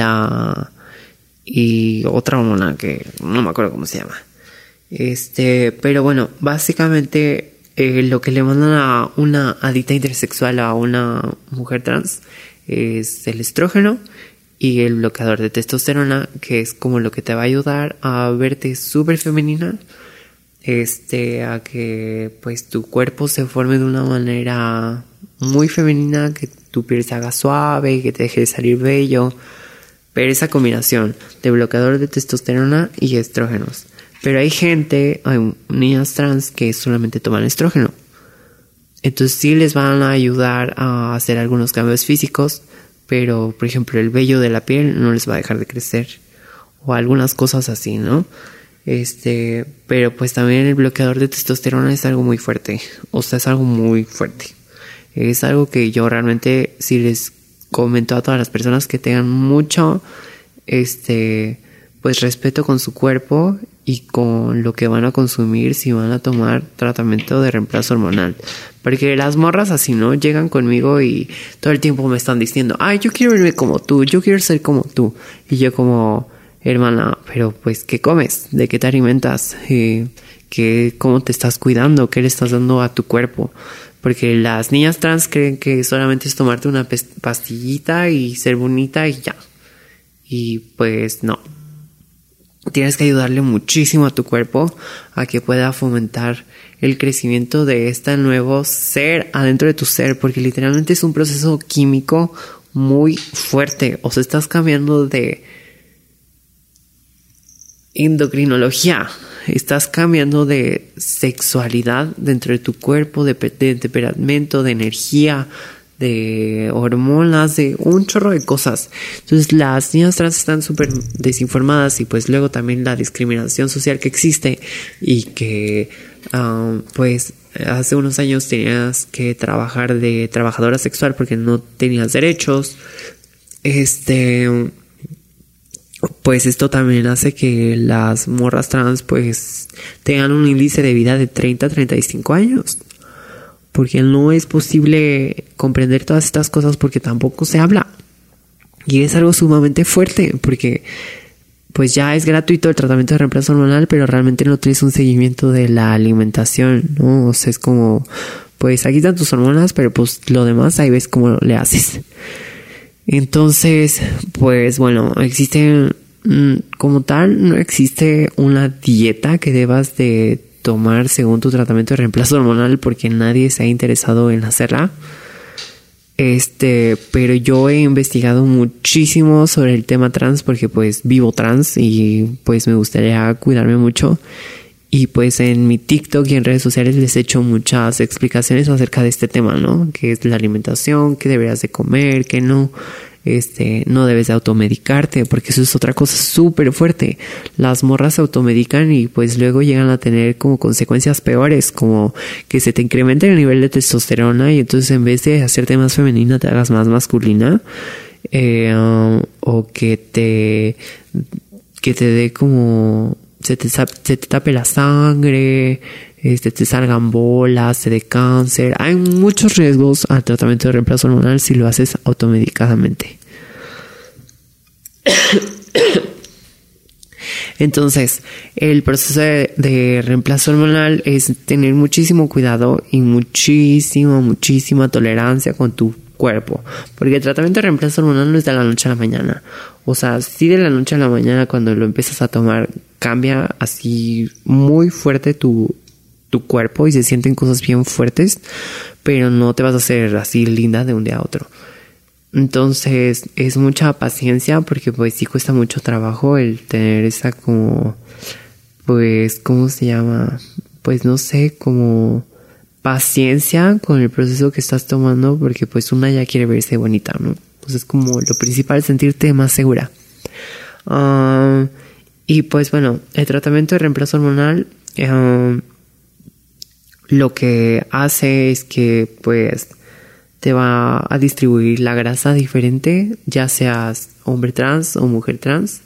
otra hormona que no me acuerdo cómo se llama. Pero bueno, básicamente lo que le mandan a una adicta intersexual, a una mujer trans, es el estrógeno y el bloqueador de testosterona, que es como lo que te va a ayudar a verte súper femenina, a que pues tu cuerpo se forme de una manera muy femenina, que tu piel se haga suave, que te deje de salir vello. Pero esa combinación de bloqueador de testosterona y estrógenos. Pero hay niñas trans que solamente toman estrógeno. Entonces sí les van a ayudar a hacer algunos cambios físicos, pero por ejemplo el vello de la piel no les va a dejar de crecer. O algunas cosas así, ¿no? Pero pues también el bloqueador de testosterona es algo muy fuerte. O sea, es algo muy fuerte. Es algo que yo realmente sí les comento a todas las personas que tengan mucho pues respeto con su cuerpo y con lo que van a consumir si van a tomar tratamiento de reemplazo hormonal. Porque las morras así, ¿no? Llegan conmigo y todo el tiempo me están diciendo, ay, yo quiero verme como tú, yo quiero ser como tú. Y yo como, hermana, pero pues, ¿qué comes? ¿De qué te alimentas? ¿Cómo te estás cuidando? ¿Qué le estás dando a tu cuerpo? Porque las niñas trans creen que solamente es tomarte una pastillita y ser bonita y ya. Y pues no. Tienes que ayudarle muchísimo a tu cuerpo a que pueda fomentar el crecimiento de este nuevo ser adentro de tu ser, porque literalmente es un proceso químico muy fuerte. O sea, estás cambiando de endocrinología, estás cambiando de sexualidad dentro de tu cuerpo, de temperamento, de energía, de hormonas, de un chorro de cosas. Entonces las niñas trans están súper desinformadas, y pues luego también la discriminación social que existe y que pues hace unos años tenías que trabajar de trabajadora sexual porque no tenías derechos. Pues esto también hace que las morras trans pues tengan un índice de vida de 30 a 35 años. Porque no es posible comprender todas estas cosas porque tampoco se habla. Y es algo sumamente fuerte porque pues ya es gratuito el tratamiento de reemplazo hormonal, pero realmente no tienes un seguimiento de la alimentación, ¿no? O sea, es como, pues aquí están tus hormonas, pero pues lo demás ahí ves cómo le haces. Entonces, pues bueno, existe, como tal, no existe una dieta que debas de tomar según tu tratamiento de reemplazo hormonal porque nadie se ha interesado en hacerla. Pero yo he investigado muchísimo sobre el tema trans porque pues vivo trans y pues me gustaría cuidarme mucho. Y pues en mi TikTok y en redes sociales les he hecho muchas explicaciones acerca de este tema, ¿no? Que es la alimentación, qué deberías de comer, qué no. No debes de automedicarte porque eso es otra cosa súper fuerte. Las morras se automedican y pues luego llegan a tener como consecuencias peores, como que se te incremente el nivel de testosterona y entonces en vez de hacerte más femenina te hagas más masculina, o que te dé como se te tape la sangre, te salgan bolas, te dé cáncer. Hay muchos riesgos al tratamiento de reemplazo hormonal si lo haces automedicadamente. Entonces, el proceso de reemplazo hormonal es tener muchísimo cuidado y muchísima tolerancia con tu cuerpo, porque el tratamiento de reemplazo hormonal no es de la noche a la mañana. O sea, sí, de la noche a la mañana cuando lo empiezas a tomar cambia así muy fuerte tu cuerpo y se sienten cosas bien fuertes, pero no te vas a hacer así linda de un día a otro. Entonces es mucha paciencia porque pues sí cuesta mucho trabajo el tener esa como, pues, ¿cómo se llama? Pues no sé, como paciencia con el proceso que estás tomando porque pues una ya quiere verse bonita, ¿no? Pues es como lo principal, sentirte más segura. Y pues bueno, el tratamiento de reemplazo hormonal lo que hace es que pues te va a distribuir la grasa diferente, ya seas hombre trans o mujer trans.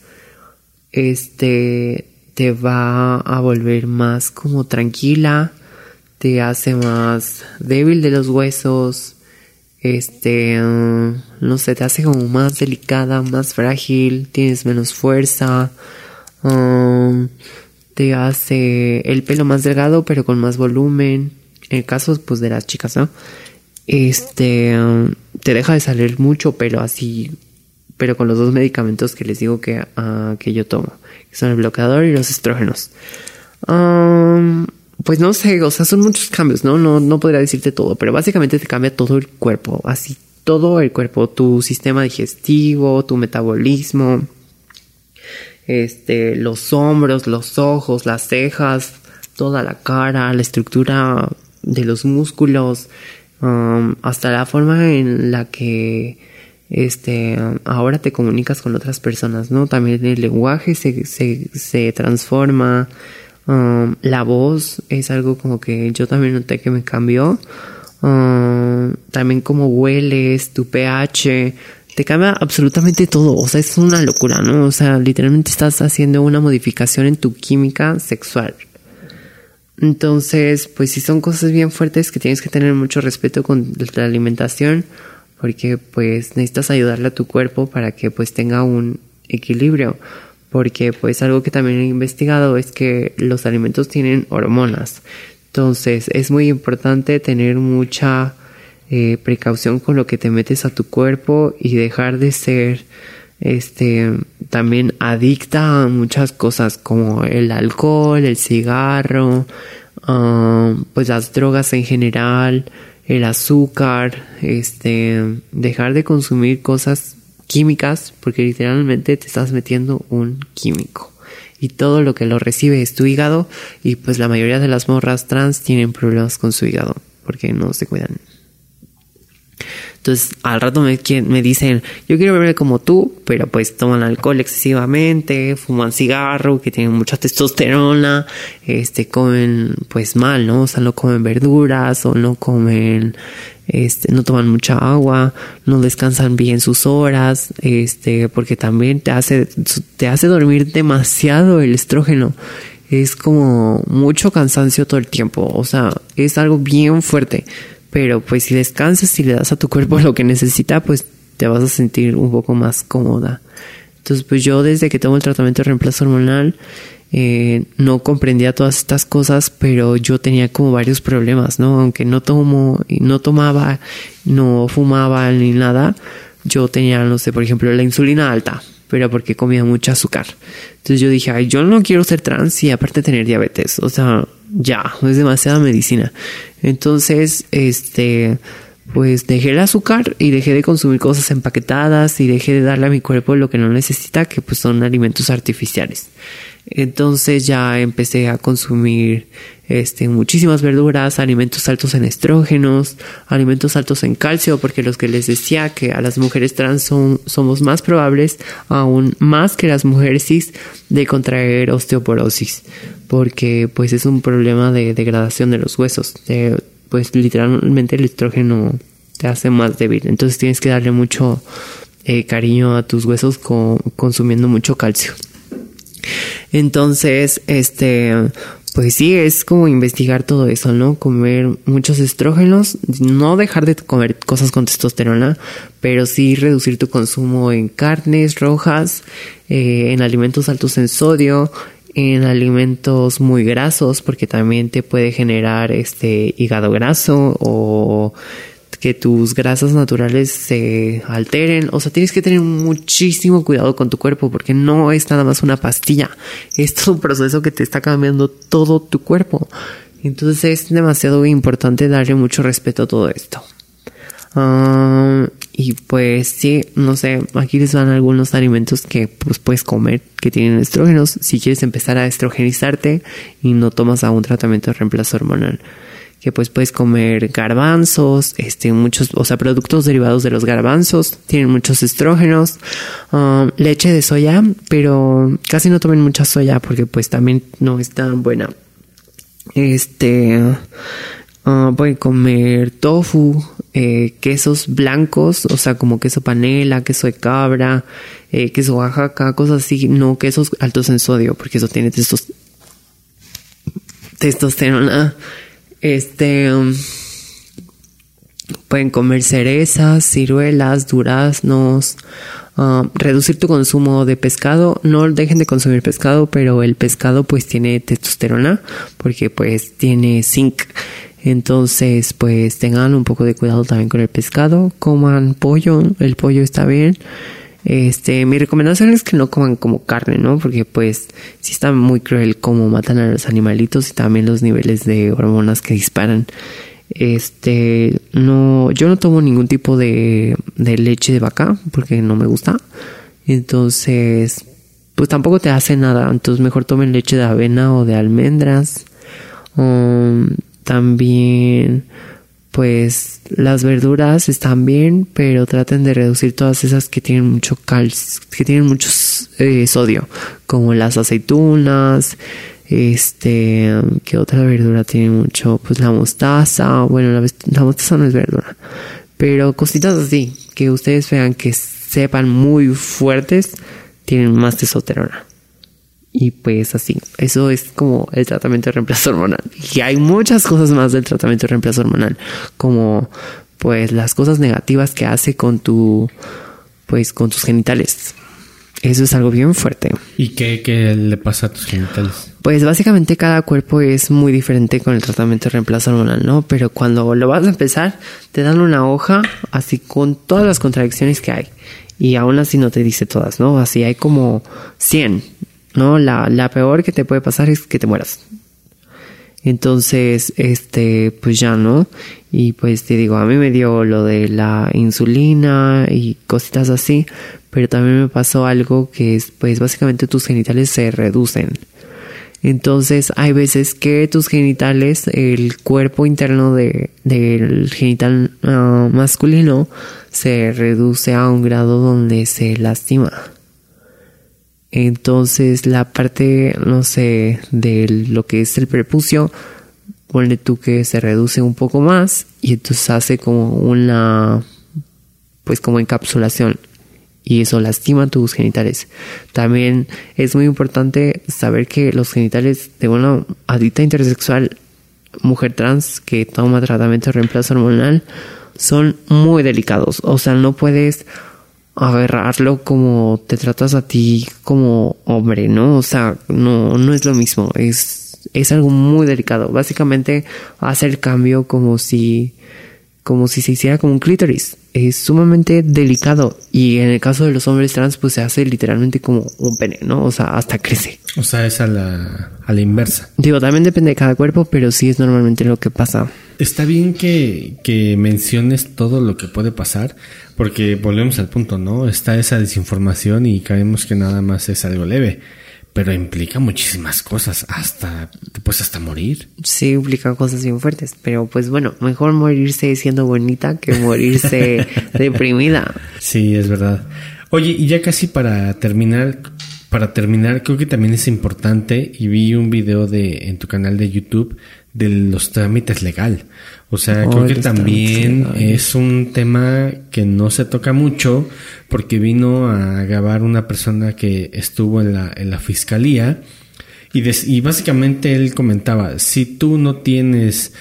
Te va a volver más como tranquila, te hace más débil de los huesos, no sé, te hace como más delicada, más frágil, tienes menos fuerza, te hace el pelo más delgado pero con más volumen, en el caso pues de las chicas, ¿no? Te deja de salir mucho pelo así, pero con los dos medicamentos que les digo que yo tomo, que son el bloqueador y los estrógenos. Pues no sé, o sea, son muchos cambios, ¿no? No podría decirte todo, pero básicamente te cambia todo el cuerpo, así todo el cuerpo, tu sistema digestivo, tu metabolismo, los hombros, los ojos, las cejas, toda la cara, la estructura de los músculos, hasta la forma en la que ahora te comunicas con otras personas, ¿no? También el lenguaje se transforma. La voz es algo como que yo también noté que me cambió. También cómo hueles, tu pH, te cambia absolutamente todo. O sea, es una locura, ¿no? O sea, literalmente estás haciendo una modificación en tu química sexual. Entonces, pues sí son cosas bien fuertes que tienes que tener mucho respeto con la alimentación, porque pues necesitas ayudarle a tu cuerpo para que pues tenga un equilibrio. Porque pues algo que también he investigado es que los alimentos tienen hormonas. Entonces es muy importante tener mucha precaución con lo que te metes a tu cuerpo y dejar de ser también adicta a muchas cosas como el alcohol, el cigarro, pues las drogas en general, el azúcar, dejar de consumir cosas químicas, porque literalmente te estás metiendo un químico y todo lo que lo recibe es tu hígado, y pues la mayoría de las morras trans tienen problemas con su hígado porque no se cuidan. Entonces al rato me dicen, yo quiero verme como tú, pero pues toman alcohol excesivamente, fuman cigarro, que tienen mucha testosterona, comen pues mal, ¿no? O sea, no comen verduras o no comen, no toman mucha agua, no descansan bien sus horas, porque también te hace dormir demasiado el estrógeno. Es como mucho cansancio todo el tiempo, o sea, es algo bien fuerte, pero pues si descansas y le das a tu cuerpo lo que necesita, pues te vas a sentir un poco más cómoda. Entonces pues yo desde que tomo el tratamiento de reemplazo hormonal, no comprendía todas estas cosas, pero yo tenía como varios problemas, ¿no? Aunque no tomaba, no fumaba ni nada, yo tenía, no sé, por ejemplo, la insulina alta, pero porque comía mucho azúcar. Entonces yo dije, ay, yo no quiero ser trans y aparte tener diabetes. O sea, ya, es demasiada medicina. Entonces, pues dejé el azúcar y dejé de consumir cosas empaquetadas y dejé de darle a mi cuerpo lo que no necesita, que pues son alimentos artificiales. Entonces ya empecé a consumir muchísimas verduras, alimentos altos en estrógenos, alimentos altos en calcio, porque los que les decía que a las mujeres trans somos más probables, aún más que las mujeres cis, de contraer osteoporosis, porque pues es un problema de degradación de los huesos. Pues literalmente el estrógeno te hace más débil, entonces tienes que darle mucho cariño a tus huesos consumiendo mucho calcio. Entonces, pues sí, es como investigar todo eso, ¿no? Comer muchos estrógenos, no dejar de comer cosas con testosterona, pero sí reducir tu consumo en carnes rojas, en alimentos altos en sodio, en alimentos muy grasos, porque también te puede generar hígado graso o que tus grasas naturales se alteren. O sea, tienes que tener muchísimo cuidado con tu cuerpo, porque no es nada más una pastilla, es todo un proceso que te está cambiando todo tu cuerpo. Entonces es demasiado importante darle mucho respeto a todo esto. Y pues sí, no sé, aquí les van algunos alimentos que pues puedes comer que tienen estrógenos si quieres empezar a estrogenizarte y no tomas aún tratamiento de reemplazo hormonal. Que pues puedes comer garbanzos, muchos, o sea, productos derivados de los garbanzos, tienen muchos estrógenos, leche de soya, pero casi no tomen mucha soya porque pues también no es tan buena. Pueden comer tofu, quesos blancos, o sea, como queso panela, queso de cabra, queso Oaxaca, cosas así, no quesos altos en sodio, porque eso tiene testosterona. Pueden comer cerezas, ciruelas, duraznos, reducir tu consumo de pescado. No dejen de consumir pescado, pero el pescado pues tiene testosterona porque pues tiene zinc. Entonces pues tengan un poco de cuidado también con el pescado. Coman pollo, el pollo está bien. Mi recomendación es que no coman como carne, ¿no? Porque pues sí está muy cruel cómo matan a los animalitos y también los niveles de hormonas que disparan. No, yo no tomo ningún tipo de leche de vaca porque no me gusta. Entonces, pues tampoco te hace nada. Entonces mejor tomen leche de avena o de almendras. También pues las verduras están bien, pero traten de reducir todas esas que tienen mucho que tienen mucho sodio, como las aceitunas. ¿Qué otra verdura tiene mucho? Pues la mostaza. Bueno, la mostaza no es verdura, pero cositas así que ustedes vean que sepan muy fuertes, tienen más testosterona. Y pues así, eso es como el tratamiento de reemplazo hormonal. Y hay muchas cosas más del tratamiento de reemplazo hormonal, como pues las cosas negativas que hace con tus genitales. Eso es algo bien fuerte. ¿Y qué le pasa a tus genitales? Pues básicamente cada cuerpo es muy diferente con el tratamiento de reemplazo hormonal, ¿no? Pero cuando lo vas a empezar, te dan una hoja así con todas las contradicciones que hay. Y aún así no te dice todas, ¿no? Así hay como 100. No, la peor que te puede pasar es que te mueras. Entonces, pues ya, ¿no? Y pues te digo, a mí me dio lo de la insulina y cositas así, pero también me pasó algo que es, pues básicamente tus genitales se reducen. Entonces hay veces que tus genitales, el cuerpo interno del genital masculino se reduce a un grado donde se lastima. Entonces la parte, no sé, de lo que es el prepucio, ponle tú que se reduce un poco más y entonces hace como una, pues como encapsulación. Y eso lastima tus genitales. También es muy importante saber que los genitales de una adicta intersexual, mujer trans que toma tratamiento de reemplazo hormonal, son muy delicados. O sea, no puedes agarrarlo como te tratas a ti como hombre, ¿no? O sea, no es lo mismo. Es algo muy delicado. Básicamente hace el cambio como si se hiciera como un clítoris. Es sumamente delicado. Y en el caso de los hombres trans, pues se hace literalmente como un pene, ¿no? O sea, hasta crece. O sea, es a la inversa. Digo, también depende de cada cuerpo, pero sí es normalmente lo que pasa. Está bien que menciones todo lo que puede pasar, porque volvemos al punto, ¿no? Está esa desinformación y creemos que nada más es algo leve. Pero implica muchísimas cosas, te puedes hasta morir. Sí, implica cosas bien fuertes, pero pues bueno, mejor morirse siendo bonita que morirse deprimida. Sí, es verdad. Oye, y ya casi para terminar, creo que también es importante, y vi un video en tu canal de YouTube de los trámites legal. O sea, creo que también es un tema que no se toca mucho, porque vino a grabar una persona que estuvo en la fiscalía y básicamente él comentaba, si tú no tienes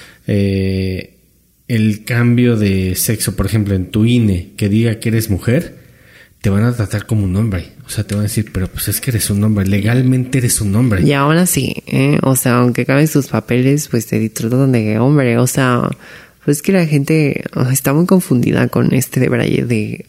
el cambio de sexo, por ejemplo, en tu INE, que diga que eres mujer, te van a tratar como un hombre. O sea, te van a decir, pero pues es que eres un hombre, legalmente eres un hombre. Y aún así, o sea, aunque cambies tus papeles, pues te tratan de hombre. O sea, pues que la gente está muy confundida con este debraye de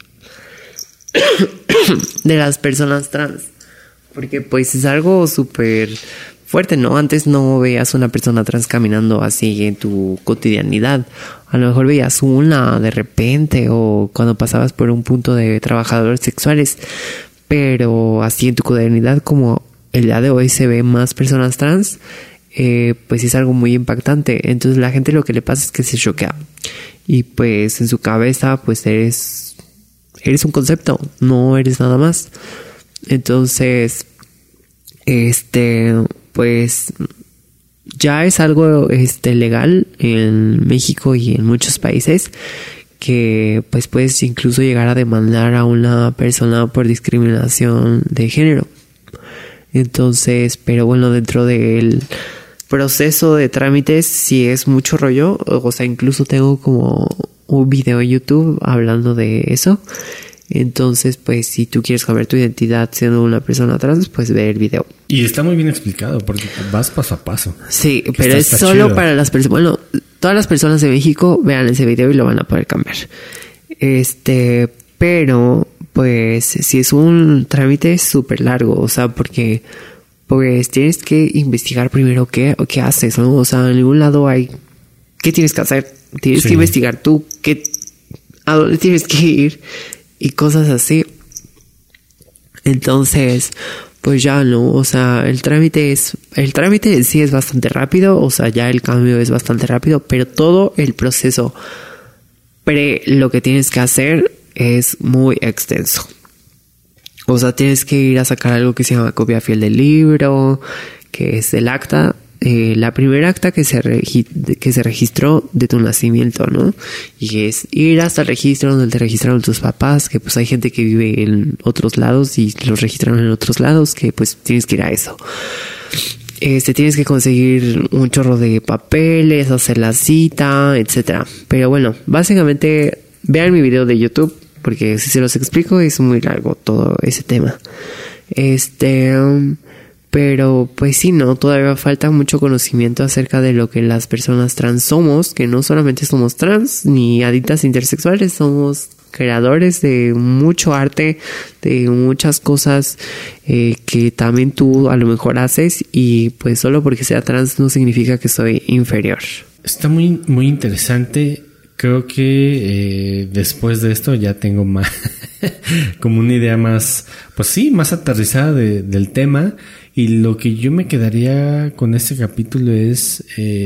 las personas trans. Porque pues es algo súper fuerte, ¿no? Antes no veías una persona trans caminando así en tu cotidianidad. A lo mejor veías una de repente o cuando pasabas por un punto de trabajadores sexuales. Pero así en tu cotidianidad, como el día de hoy se ve más personas trans, pues es algo muy impactante. Entonces la gente lo que le pasa es que se choquea. Y pues en su cabeza pues eres un concepto, no eres nada más. Entonces, pues ya es algo legal en México y en muchos países, que pues puedes incluso llegar a demandar a una persona por discriminación de género. Entonces, pero bueno, dentro del proceso de trámites sí es mucho rollo. O sea, incluso tengo como un video en YouTube hablando de eso. Entonces, pues, si tú quieres cambiar tu identidad siendo una persona trans, pues ve el video. Y está muy bien explicado porque vas paso a paso. Sí, pero es solo chido para las personas. Bueno, todas las personas de México vean ese video y lo van a poder cambiar. Pero, pues, si es un trámite súper largo, o sea, porque pues tienes que investigar primero qué haces, ¿no? O sea, en ningún lado hay qué tienes que hacer. Tienes que investigar tú a dónde tienes que ir y cosas así. Entonces, pues ya no, o sea, el trámite en sí es bastante rápido, o sea, ya el cambio es bastante rápido, pero todo el proceso lo que tienes que hacer es muy extenso. O sea, tienes que ir a sacar algo que se llama copia fiel del libro, que es el acta. La primera acta que se registró de tu nacimiento, ¿no? Y es ir hasta el registro donde te registraron tus papás, que pues hay gente que vive en otros lados y los registraron en otros lados, que pues tienes que ir a eso. Tienes que conseguir un chorro de papeles, hacer la cita, etcétera. Pero bueno, básicamente vean mi video de YouTube, porque si se los explico es muy largo todo ese tema. Pero pues sí, no, todavía falta mucho conocimiento acerca de lo que las personas trans somos, que no solamente somos trans ni adictas intersexuales, somos creadores de mucho arte, de muchas cosas que también tú a lo mejor haces, y pues solo porque sea trans no significa que soy inferior. Está muy, muy interesante. Creo que después de esto ya tengo más como una idea más, pues sí, más aterrizada del tema. Y lo que yo me quedaría con este capítulo es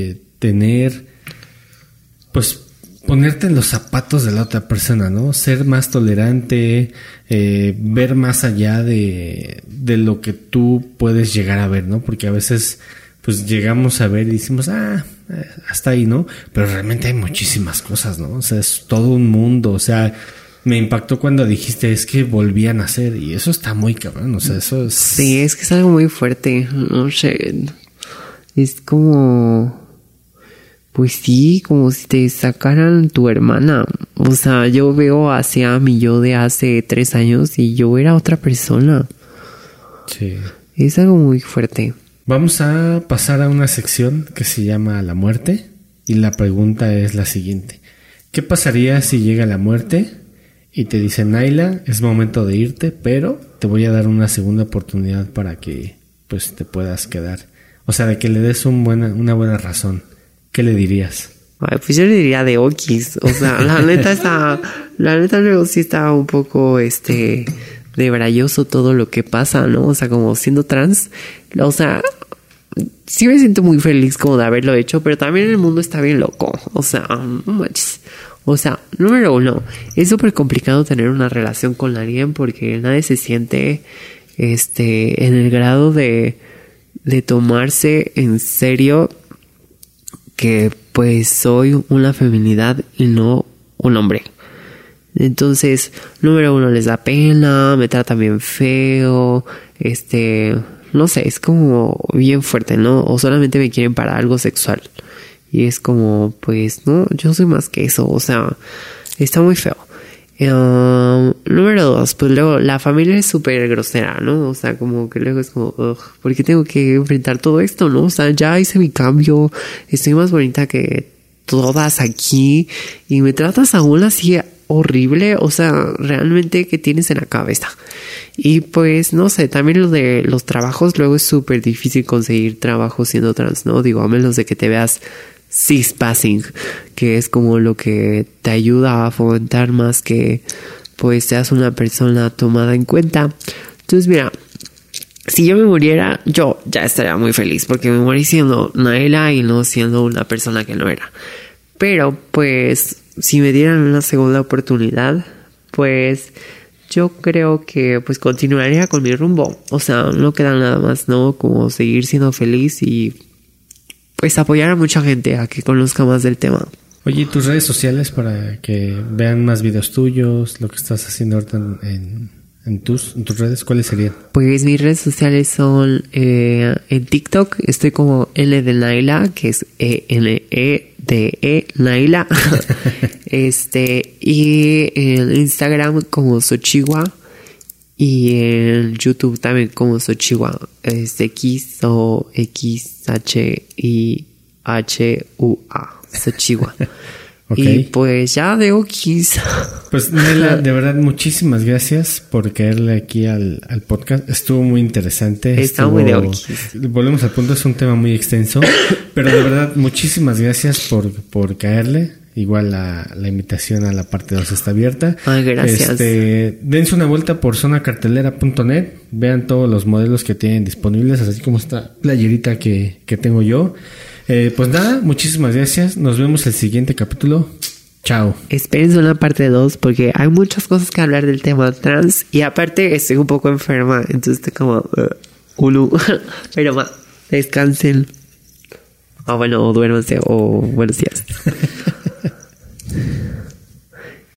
ponerte en los zapatos de la otra persona, ¿no? Ser más tolerante, ver más allá de lo que tú puedes llegar a ver, ¿no? Porque a veces pues llegamos a ver y decimos, hasta ahí, ¿no? Pero realmente hay muchísimas cosas, ¿no? O sea, es todo un mundo. O sea, me impactó cuando dijiste, es que volví a nacer, y eso está muy cabrón. O sea, eso es... Sí, es que es algo muy fuerte. No sé. Es como... Pues sí, como si te sacaran tu hermana. O sea, yo veo hacia mi yo de hace 3 años y yo era otra persona. Sí. Es algo muy fuerte. Vamos a pasar a una sección que se llama La Muerte. Y la pregunta es la siguiente. ¿Qué pasaría si llega la muerte y te dice, Naila, es momento de irte, pero te voy a dar una segunda oportunidad para que pues te puedas quedar? O sea, de que le des una buena razón. ¿Qué le dirías? Ay, pues yo le diría de okis. O sea, la neta luego sí está un poco debrayoso todo lo que pasa, ¿no? O sea, como siendo trans, o sea, sí me siento muy feliz como de haberlo hecho, pero también el mundo está bien loco. O sea, no manches. O sea, número 1, es súper complicado tener una relación con alguien porque nadie se siente en el grado de tomarse en serio que pues soy una feminidad y no un hombre. Entonces, número 1, les da pena, me tratan bien feo, no sé, es como bien fuerte, ¿no? O solamente me quieren para algo sexual. Y es como, pues, no, yo soy más que eso, o sea, está muy feo. Número 2, pues luego la familia es súper grosera, ¿no? O sea, como que luego es como, ¿por qué tengo que enfrentar todo esto, no? O sea, ya hice mi cambio, estoy más bonita que todas aquí y me tratas aún así horrible. O sea, realmente, ¿qué tienes en la cabeza? Y pues, no sé, también lo de los trabajos, luego es súper difícil conseguir trabajo siendo trans, ¿no? Digo, a menos de que te veas cispassing, que es como lo que te ayuda a fomentar más que pues seas una persona tomada en cuenta. Entonces, mira, si yo me muriera, yo ya estaría muy feliz porque me morí siendo Naila y no siendo una persona que no era. Pero pues si me dieran una segunda oportunidad, pues yo creo que pues continuaría con mi rumbo. O sea, no queda nada más, ¿no? Como seguir siendo feliz y pues apoyar a mucha gente a que conozca más del tema. Oye, ¿y tus redes sociales para que vean más videos tuyos, lo que estás haciendo ahorita en tus redes, cuáles serían? Pues mis redes sociales son en TikTok estoy como L de Naila, que es ENEDE Naila. Y en Instagram como Xochihua. Y en YouTube también como Xochihua. Es X o XHIHUA. Xochihua. Okay. Y pues ya de okis. Pues Naila, de verdad, muchísimas gracias por caerle aquí al podcast. Estuvo muy interesante. Está muy de okis. Volvemos al punto, es un tema muy extenso. Pero de verdad, muchísimas gracias por caerle. Igual la invitación a la parte 2 está abierta. Ay, gracias. Dense una vuelta por zonacartelera.net. Vean todos los modelos que tienen disponibles, así como esta playerita que tengo yo. Pues nada, muchísimas gracias. Nos vemos el siguiente capítulo. Chao. Espérense una parte 2 porque hay muchas cosas que hablar del tema trans. Y aparte estoy un poco enferma. Entonces estoy como... Pero descansen. Bueno, o duérmanse o buenos días.